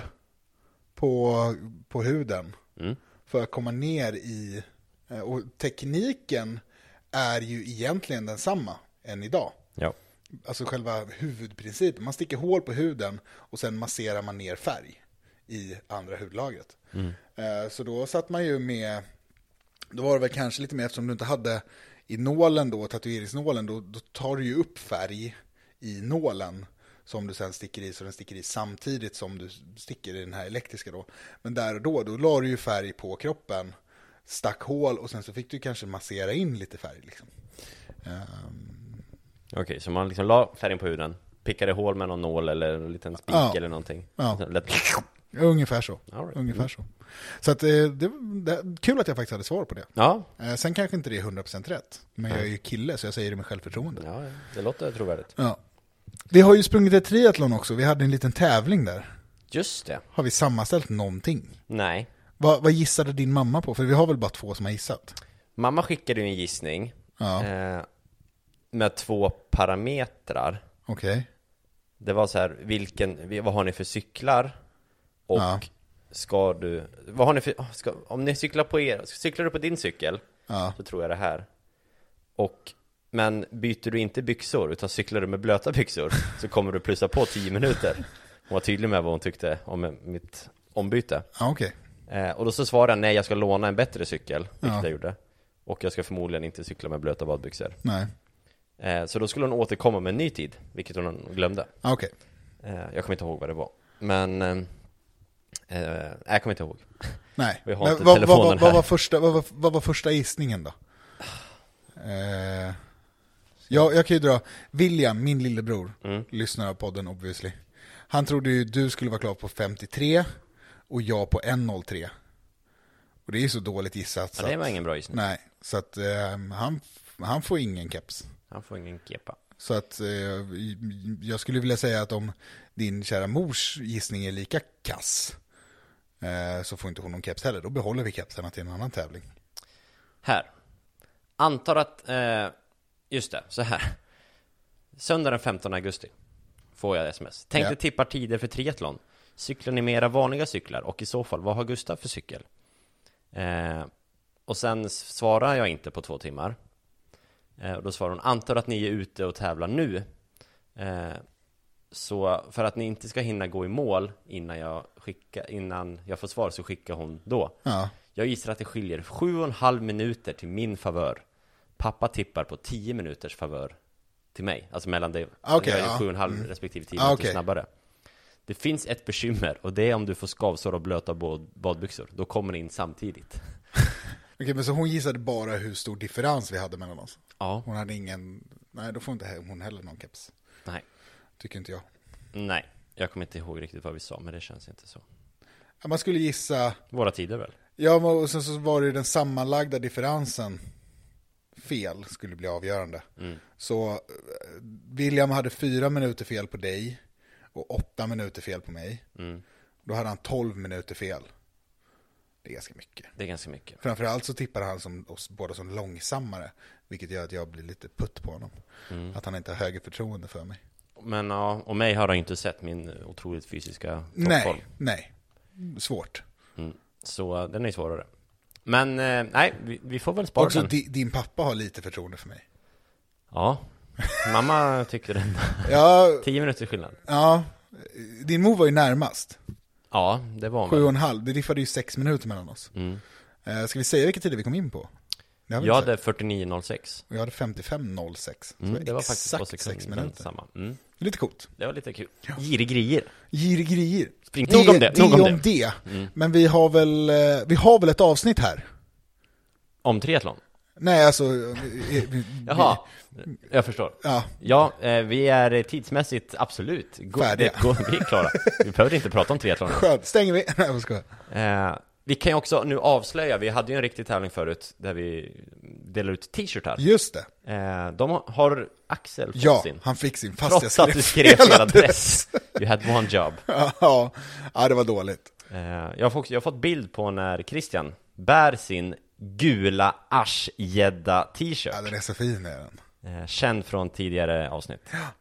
Speaker 1: på huden för att komma ner i, och tekniken är ju egentligen densamma än idag.
Speaker 2: Ja.
Speaker 1: Alltså själva huvudprincipen. Man sticker hål på huden och sen masserar man ner färg i andra hudlagret. Så då satt man ju med, då var det väl kanske lite mer, eftersom du inte hade i nålen då, tatueringsnålen, då tar du ju upp färg i nålen som du sen sticker i, så den sticker i samtidigt som du sticker i den här elektriska då. Men där och då la du ju färg på kroppen, stack hål och sen så fick du kanske massera in lite färg liksom.
Speaker 2: Okej, så man liksom la färgen på huden, pickade hål med någon nål eller en liten spik eller någonting.
Speaker 1: Ja. Ungefär så.
Speaker 2: Right.
Speaker 1: Ungefär så. Så att, det är kul att jag faktiskt hade svar på det.
Speaker 2: Ja.
Speaker 1: Sen kanske inte det är 100% rätt. Men jag är ju kille så jag säger det med självförtroende.
Speaker 2: Ja, det låter trovärdigt.
Speaker 1: Ja. Vi har ju sprungit ett triathlon också. Vi hade en liten tävling där.
Speaker 2: Just det.
Speaker 1: Har vi sammanställt någonting?
Speaker 2: Nej.
Speaker 1: Vad gissade din mamma på? För vi har väl bara 2 som har gissat.
Speaker 2: Mamma skickade ju en gissning.
Speaker 1: Ja.
Speaker 2: Med 2 parametrar.
Speaker 1: Okej.
Speaker 2: Det var så här, vad har ni för cyklar? Och vad har ni för, om ni cyklar du på din cykel, så tror jag det här. Men byter du inte byxor utan cyklar du med blöta byxor, så kommer du plussa på 10 minuter. Hon var tydlig med vad hon tyckte om mitt ombyte.
Speaker 1: Okej.
Speaker 2: Och då så svarade jag, nej, jag ska låna en bättre cykel, vilket jag gjorde. Och jag ska förmodligen inte cykla med blöta badbyxor.
Speaker 1: Nej.
Speaker 2: Så då skulle hon återkomma med en ny tid, vilket hon glömde.
Speaker 1: Okej.
Speaker 2: Jag kommer inte ihåg vad det var. Men jag kommer inte ihåg.
Speaker 1: Nej.
Speaker 2: Vi har inte telefonen här.
Speaker 1: Vad var första gissningen då? Jag kan ju dra William, min lillebror, lyssnar av podden obviously. Han trodde ju du skulle vara klar på 53 och jag på 1.03. Och det är ju så dåligt gissat.
Speaker 2: Ja, det var ingen bra gissning.
Speaker 1: Nej, så att han får ingen keps.
Speaker 2: Han får ingen kepa.
Speaker 1: Så att jag skulle vilja säga att om din kära mors gissning är lika kass, så får inte hon någon keps heller. Då behåller vi kepsarna till en annan tävling.
Speaker 2: Här. Antar att, just det, så här. Söndag den 15 augusti får jag sms. Tänkte tippa tider för triathlon. Cyklar ni med era vanliga cyklar? Och i så fall, vad har Gustav för cykel? Och sen svarar jag inte på 2 timmar. Och då svarar hon, antar att ni är ute och tävlar nu. Så för att ni inte ska hinna gå i mål innan jag får svar, så skickar hon då.
Speaker 1: Ja.
Speaker 2: Jag gissar att det skiljer 7,5 minuter till min favör. Pappa tippar på 10 minuters favör till mig. Alltså mellan det. Jag är 7,5 respektive 10 minuter snabbare. Det finns ett bekymmer, och det är om du får skavsår och blöta badbyxor. Då kommer det in samtidigt.
Speaker 1: Okej, men så hon gissade bara hur stor differens vi hade mellan oss?
Speaker 2: Ja.
Speaker 1: Hon hade ingen... Nej, då får inte hon heller någon keps.
Speaker 2: Nej.
Speaker 1: Tycker inte jag.
Speaker 2: Nej, jag kommer inte ihåg riktigt vad vi sa, men det känns inte så.
Speaker 1: Ja, man skulle gissa...
Speaker 2: Våra tider väl?
Speaker 1: Ja, och sen så var det den sammanlagda differensen fel skulle bli avgörande. Så William hade 4 minuter fel på dig och 8 minuter fel på mig. Då hade han 12 minuter fel. Det är ganska mycket.
Speaker 2: Det är ganska mycket.
Speaker 1: Framförallt så tippar han oss båda som långsammare, vilket gör att jag blir lite putt på honom. Att han inte har högre förtroende för mig.
Speaker 2: Men ja, och mig har han inte sett min otroligt fysiska toppform.
Speaker 1: Nej. Svårt.
Speaker 2: Så den är svårare. Men nej, vi får väl spara
Speaker 1: också
Speaker 2: den.
Speaker 1: Din pappa har lite förtroende för mig.
Speaker 2: Ja, mamma tyckte den. 10 minuter skillnad.
Speaker 1: Ja, din mor var ju närmast.
Speaker 2: Ja, det var
Speaker 1: 7,5, det diffade ju 6 minuter mellan oss. Ska vi säga vilka tider vi kom in på?
Speaker 2: Jag hade 49,06.
Speaker 1: Och jag hade 55,06.
Speaker 2: Det var faktiskt
Speaker 1: exakt 6 minuter.
Speaker 2: Samma.
Speaker 1: Lite coolt.
Speaker 2: Det var lite kul. Girigrier.
Speaker 1: Nog om det. Men vi har väl ett avsnitt här.
Speaker 2: Om triathlon?
Speaker 1: Nej, alltså...
Speaker 2: Jaha, jag förstår. Ja, vi är tidsmässigt absolut
Speaker 1: färdiga.
Speaker 2: Vi är klara. Vi behöver inte prata om triathlon.
Speaker 1: Skönt, stänger vi. Nej, jag skojar.
Speaker 2: Vi kan ju också nu avslöja, vi hade ju en riktig tävling förut där vi delar ut t-shirtar.
Speaker 1: Just det.
Speaker 2: De har Axel fått sin.
Speaker 1: Ja, han fick sin, fast
Speaker 2: trots att du skrev fel adress. You had one job.
Speaker 1: Ja, det var dåligt.
Speaker 2: Jag har fått bild på när Christian bär sin gula aschgädda t-shirt.
Speaker 1: Ja, den är så fin är den.
Speaker 2: Känd från tidigare avsnitt.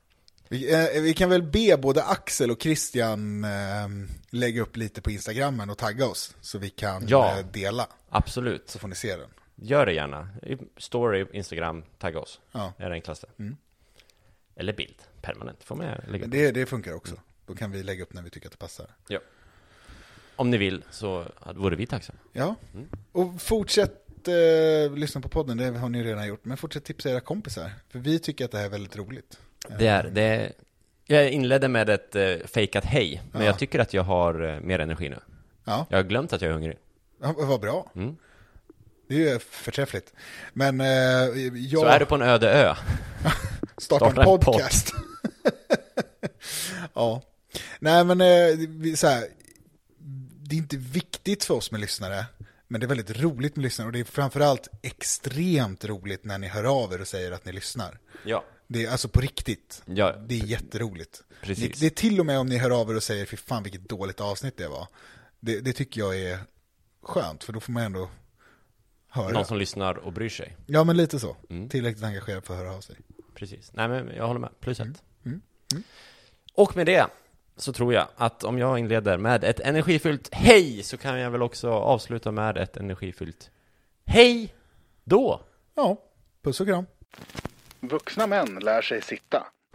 Speaker 1: Vi kan väl be både Axel och Christian lägga upp lite på Instagrammen och tagga oss så vi kan dela.
Speaker 2: Absolut.
Speaker 1: Så får ni se den.
Speaker 2: Gör det gärna. Story, Instagram, tagga oss.
Speaker 1: Ja.
Speaker 2: Är det enklaste. Eller bild, permanent. Får man lägga
Speaker 1: det funkar också. Då kan vi lägga upp när vi tycker att det passar.
Speaker 2: Ja. Om ni vill så vore vi tacksamma.
Speaker 1: Ja. Och fortsätt lyssna på podden, det har ni redan gjort. Men fortsätt tipsa era kompisar. För vi tycker att det här är väldigt roligt.
Speaker 2: Jag inledde med ett fejkat hej. Men jag tycker att jag har mer energi nu.
Speaker 1: Ja.
Speaker 2: Jag har glömt att jag är hungrig.
Speaker 1: Ja, vad bra. Det är ju förträffligt. Men
Speaker 2: så är du på en öde ö.
Speaker 1: Starta en podcast. Ja. Nej, men så här, det är inte viktigt för oss med lyssnare. Men det är väldigt roligt med lyssnare. Och det är framförallt extremt roligt när ni hör av er och säger att ni lyssnar.
Speaker 2: Ja.
Speaker 1: Det är alltså på riktigt.
Speaker 2: Ja,
Speaker 1: det är jätteroligt.
Speaker 2: Precis.
Speaker 1: Det är till och med om ni hör av er och säger, fy fan vilket dåligt avsnitt det var. Det tycker jag är skönt, för då får man ändå höra.
Speaker 2: Någon som lyssnar och bryr sig.
Speaker 1: Ja, men lite så. Tillräckligt engagerad för att höra av sig.
Speaker 2: Precis. Nej, men jag håller med. Plus ett. Och med det så tror jag att om jag inleder med ett energifyllt hej, så kan jag väl också avsluta med ett energifyllt hej då.
Speaker 1: Ja, puss och kram. Vuxna män lär sig sitta.